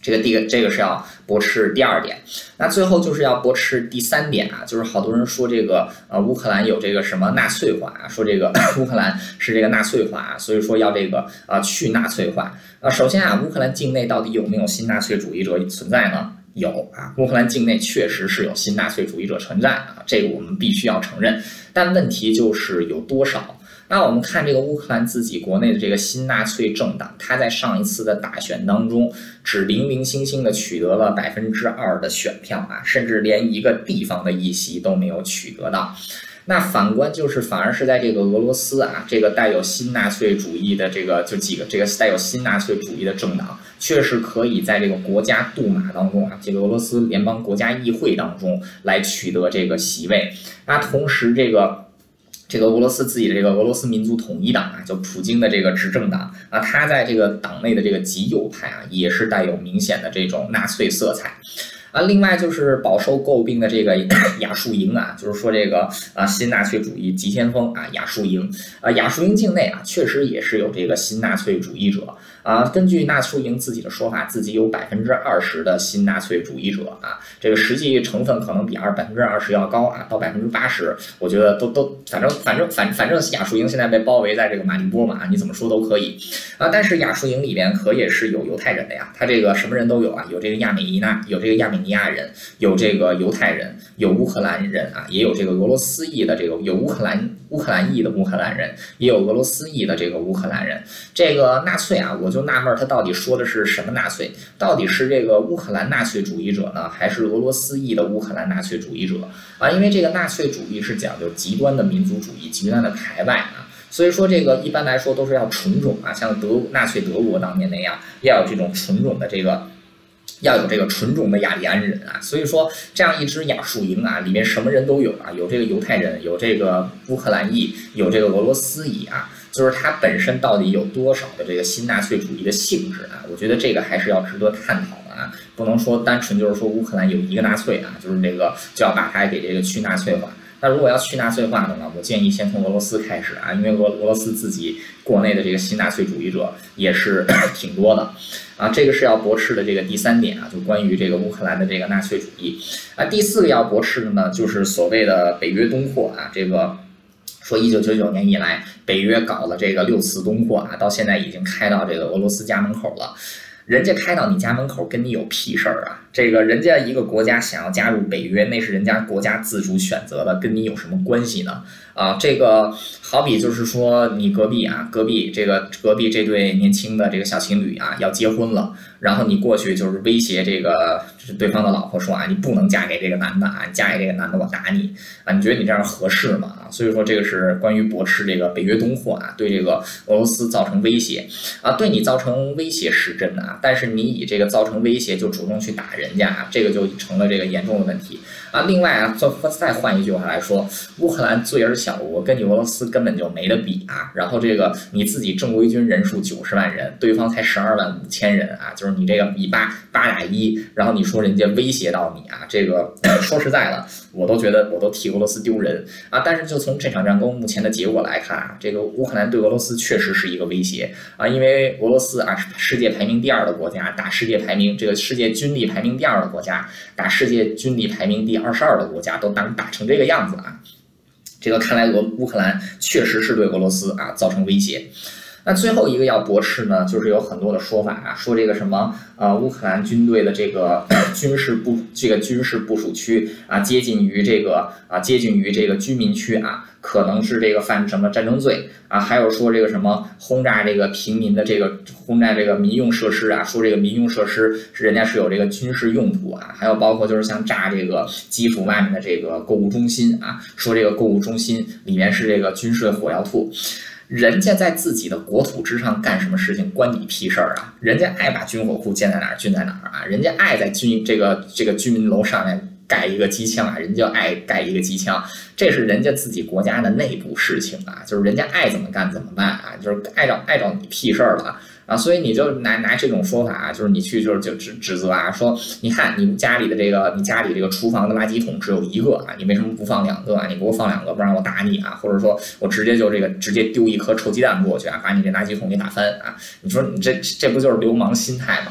这个第个这个是要驳斥第二点，那最后就是要驳斥第三点啊，就是好多人说这个呃乌克兰有这个什么纳粹化啊，说这个乌克兰是这个纳粹化啊，所以说要这个呃去纳粹化啊。首先啊，乌克兰境内到底有没有新纳粹主义者存在呢？有啊，乌克兰境内确实是有新纳粹主义者存在啊，这个我们必须要承认，但问题就是有多少。那我们看这个乌克兰自己国内的这个新纳粹政党，它在上一次的大选当中，只零零星星的取得了百分之二的选票啊，甚至连一个地方的议席都没有取得到。那反观就是，反而是在这个俄罗斯啊，这个带有新纳粹主义的这个就几个这个带有新纳粹主义的政党，确实可以在这个国家杜马当中啊，这个俄罗斯联邦国家议会当中来取得这个席位。那同时这个。这个俄罗斯自己的这个俄罗斯民族统一党啊，就普京的这个执政党啊，他在这个党内的这个极右派啊，也是带有明显的这种纳粹色彩。啊，另外就是饱受诟病的这个亚速营啊，就是说这个啊新纳粹主义急先锋啊亚速营啊，亚速营境内啊确实也是有这个新纳粹主义者啊。根据纳粹营自己的说法，自己有百分之二十的新纳粹主义者啊，这个实际成分可能比二百分之二十要高啊，到百分之八十，我觉得都都反正反正反反正亚速营现在被包围在这个马利波嘛，你怎么说都可以啊。但是亚速营里边可也是有犹太人的呀，他这个什么人都有啊，有这个亚美尼亚，有这个亚美尼亚人，有这个犹太人，有乌克兰人啊，也有这个俄罗斯裔的这个有乌克兰乌克兰裔的乌克兰人，也有俄罗斯裔的这个乌克兰人。这个纳粹啊，我就纳闷他到底说的是什么纳粹？到底是这个乌克兰纳粹主义者呢，还是俄罗斯裔的乌克兰纳粹主义者啊？因为这个纳粹主义是讲究极端的民族主义、极端的排外啊。所以说，这个一般来说都是要纯种啊，像德纳粹德国当年那样，要有这种纯种的这个。要有这个纯种的雅利安人啊，所以说这样一支亚速营啊，里面什么人都有啊，有这个犹太人，有这个乌克兰裔，有这个俄罗斯裔啊，就是它本身到底有多少的这个新纳粹主义的性质啊？我觉得这个还是要值得探讨的啊，不能说单纯就是说乌克兰有一个纳粹啊，就是这个就要把它给这个去纳粹化。那如果要去纳粹化的话，我建议先从俄罗斯开始啊，因为俄俄罗斯自己国内的这个新纳粹主义者也是挺多的啊。这个是要驳斥的这个第三点啊，就关于这个乌克兰的这个纳粹主义啊。第四个要驳斥的呢，就是所谓的北约东扩啊，这个。说一九九九年以来，北约搞了这个六次东扩啊，到现在已经开到这个俄罗斯家门口了。人家开到你家门口跟你有屁事儿啊！这个人家一个国家想要加入北约，那是人家国家自主选择的，跟你有什么关系呢？啊，这个好比就是说你隔壁啊，隔壁这个隔壁这对年轻的这个小情侣啊要结婚了，然后你过去就是威胁这个对方的老婆说啊，你不能嫁给这个男的啊，你嫁给这个男的我打你啊！你觉得你这样合适吗？啊，所以说这个是关于驳斥这个北约东扩啊，对这个俄罗斯造成威胁啊，对你造成威胁是真的啊，但是你以这个造成威胁就主动去打人家啊，这个就成了这个严重的问题啊。另外啊，再换一句话来说，乌克兰罪而小国，跟你俄罗斯根本就没得比啊。然后这个你自己正规军人数九十万人，对方才十二万五千人啊，就是你这个以八八打一，然后你说人家威胁到你啊，这个说实在的，我都觉得我都替俄罗斯丢人啊。但是就从这场战争目前的结果来看啊，这个乌克兰对俄罗斯确实是一个威胁啊，因为俄罗斯啊，世界排名第二的国家打世界排名这个世界军力排名第二的国家打世界军力排名第二十二的国家都打打成这个样子啊，这个看来俄乌克兰确实是对俄罗斯啊造成威胁。那最后一个要驳斥呢，就是有很多的说法啊，说这个什么呃乌克兰军队的这个军事部这个军事部署区啊，接近于这个啊接近于这个居民区啊，可能是这个犯什么战争罪啊，还有说这个什么轰炸这个平民的这个轰炸这个民用设施啊，说这个民用设施是人家是有这个军事用途啊，还有包括就是像炸这个基辅外面的这个购物中心啊，说这个购物中心里面是这个军事火药库。人家在自己的国土之上干什么事情关你屁事儿啊！人家爱把军火库建在哪儿军在哪儿啊！人家爱在军这个这个居民楼上面盖一个机枪啊，人家就爱盖一个机枪，这是人家自己国家的内部事情啊，就是人家爱怎么干怎么办啊，就是爱着爱着你屁事儿了啊！所以你就拿拿这种说法啊，就是你去就是就指指责啊，说你看你家里的这个你家里这个厨房的垃圾桶只有一个啊，你为什么不放两个啊？你给我放两个，不然我打你啊！或者说我直接就这个直接丢一颗臭鸡蛋过去啊，把你这垃圾桶给打翻啊！你说你这这不就是流氓心态吗？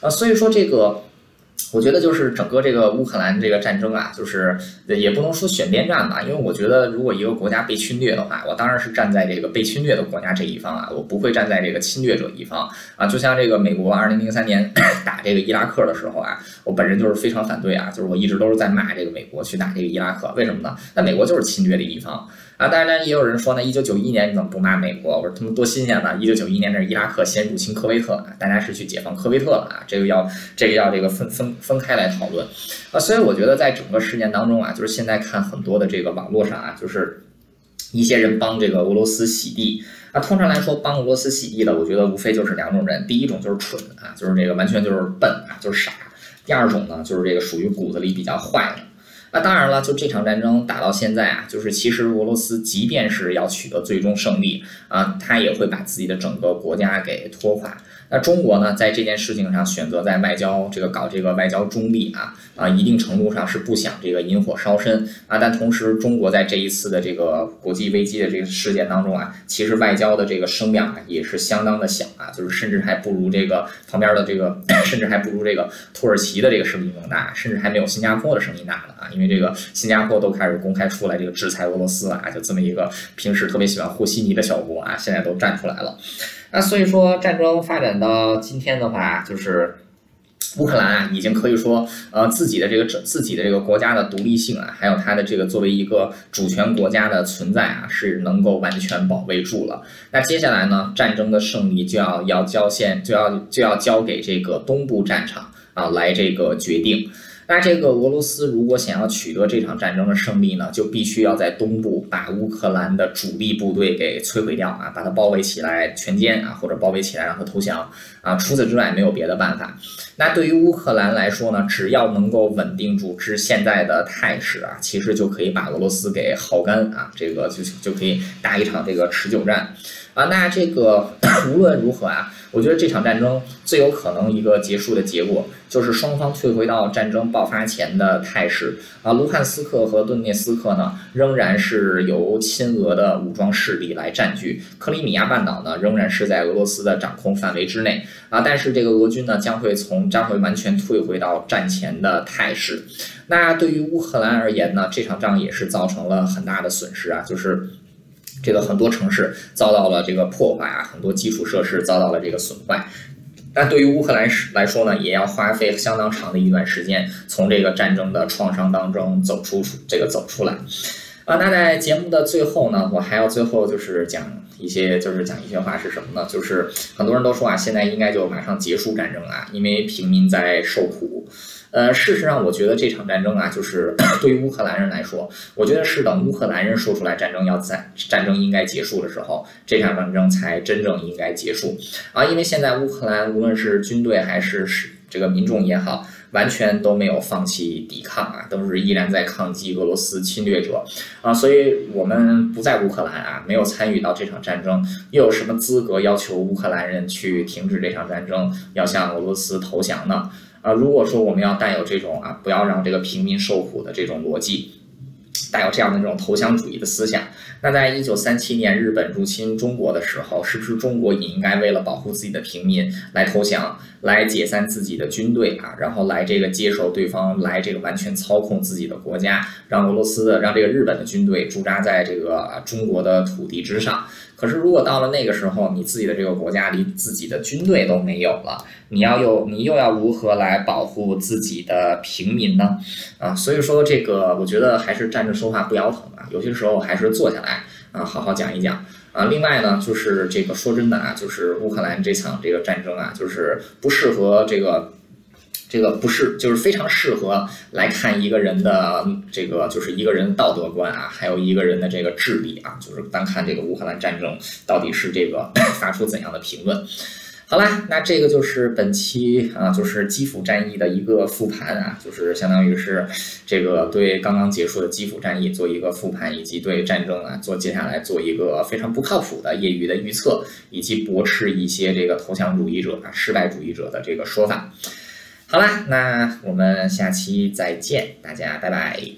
啊，所以说这个。我觉得就是整个这个乌克兰这个战争啊，就是也不能说选边站吧，因为我觉得如果一个国家被侵略的话，我当然是站在这个被侵略的国家这一方啊，我不会站在这个侵略者一方啊。就像这个美国二零零三年打这个伊拉克的时候啊，我本人就是非常反对啊，就是我一直都是在骂这个美国去打这个伊拉克，为什么呢？那美国就是侵略的一方。啊，当然呢，也有人说呢，一九九一年你怎么不骂美国？我说他们多新鲜呢！一九九一年这是伊拉克先入侵科威特啊，大家是去解放科威特了啊，这个要这个要这个分分分开来讨论啊。所以我觉得在整个事件当中啊，就是现在看很多的这个网络上啊，就是一些人帮这个俄罗斯洗地啊。通常来说，帮俄罗斯洗地的，我觉得无非就是两种人，第一种就是蠢啊，就是这个完全就是笨啊，就是傻；第二种呢，就是这个属于骨子里比较坏的。那当然了，就这场战争打到现在啊，就是其实俄罗斯即便是要取得最终胜利啊，他也会把自己的整个国家给拖垮。那中国呢，在这件事情上选择在外交这个搞这个外交中立啊啊，一定程度上是不想这个引火烧身啊，但同时中国在这一次的这个国际危机的这个事件当中啊，其实外交的这个声量啊也是相当的小啊，就是甚至还不如这个旁边的这个，甚至还不如这个土耳其的这个声音更大，甚至还没有新加坡的声音大的啊，因为这个新加坡都开始公开出来这个制裁俄罗斯了啊，就这么一个平时特别喜欢和稀泥的小国啊，现在都站出来了。那所以说，战争发展到今天的话，就是乌克兰啊，已经可以说，呃，自己的这个自己的这个国家的独立性啊，还有它的这个作为一个主权国家的存在啊，是能够完全保卫住了。那接下来呢，战争的胜利就要要交线，就要就要交给这个东部战场啊来这个决定。那这个俄罗斯如果想要取得这场战争的胜利呢，就必须要在东部把乌克兰的主力部队给摧毁掉啊，把它包围起来全歼啊，或者包围起来让它投降啊。除此之外没有别的办法。那对于乌克兰来说呢，只要能够稳定住之现在的态势啊，其实就可以把俄罗斯给耗干啊，这个就就可以打一场这个持久战啊。那这个无论如何啊，我觉得这场战争最有可能一个结束的结果，就是双方退回到战争爆发前的态势啊。卢汉斯克和顿涅斯克呢，仍然是由亲俄的武装势力来占据，克里米亚半岛呢，仍然是在俄罗斯的掌控范围之内啊。但是这个俄军呢，将会从将会完全退回到战前的态势。那对于乌克兰而言呢，这场仗也是造成了很大的损失啊，就是这个很多城市遭到了这个破坏啊，很多基础设施遭到了这个损坏。但对于乌克兰来说呢，也要花费相当长的一段时间，从这个战争的创伤当中走出这个走出来。啊，那在节目的最后呢，我还要最后就是讲一些，就是讲一些话是什么呢？就是很多人都说啊，现在应该就马上结束战争啊，因为平民在受苦。呃，事实上，我觉得这场战争啊，就是对于乌克兰人来说，我觉得是等乌克兰人说出来战争要在战争应该结束的时候，这场战争才真正应该结束啊！因为现在乌克兰无论是军队还是是这个民众也好，完全都没有放弃抵抗啊，都是依然在抗击俄罗斯侵略者啊！所以我们不在乌克兰啊，没有参与到这场战争，又有什么资格要求乌克兰人去停止这场战争，要向俄罗斯投降呢？啊，如果说我们要带有这种啊，不要让这个平民受苦的这种逻辑，带有这样的这种投降主义的思想，那在一九三七年日本入侵中国的时候，是不是中国也应该为了保护自己的平民来投降，来解散自己的军队啊，然后来这个接受对方来这个完全操控自己的国家，让俄罗斯的让这个日本的军队驻扎在这个中国的土地之上？可是如果到了那个时候，你自己的这个国家离自己的军队都没有了，你要又你又要如何来保护自己的平民呢？啊，所以说这个我觉得还是站着说话不腰疼啊，有些时候还是坐下来啊，好好讲一讲啊。另外呢，就是这个说真的啊，就是乌克兰这场这个战争啊，就是不适合这个。这个不是，就是非常适合来看一个人的这个，就是一个人的道德观啊，还有一个人的这个智力啊，就是单看这个乌克兰战争到底是这个发出怎样的评论。好啦，那这个就是本期啊，就是基辅战役的一个复盘啊，就是相当于是这个对刚刚结束的基辅战役做一个复盘，以及对战争啊做接下来做一个非常不靠谱的业余的预测，以及驳斥一些这个投降主义者啊、失败主义者的这个说法。好啦，那我们下期再见，大家拜拜。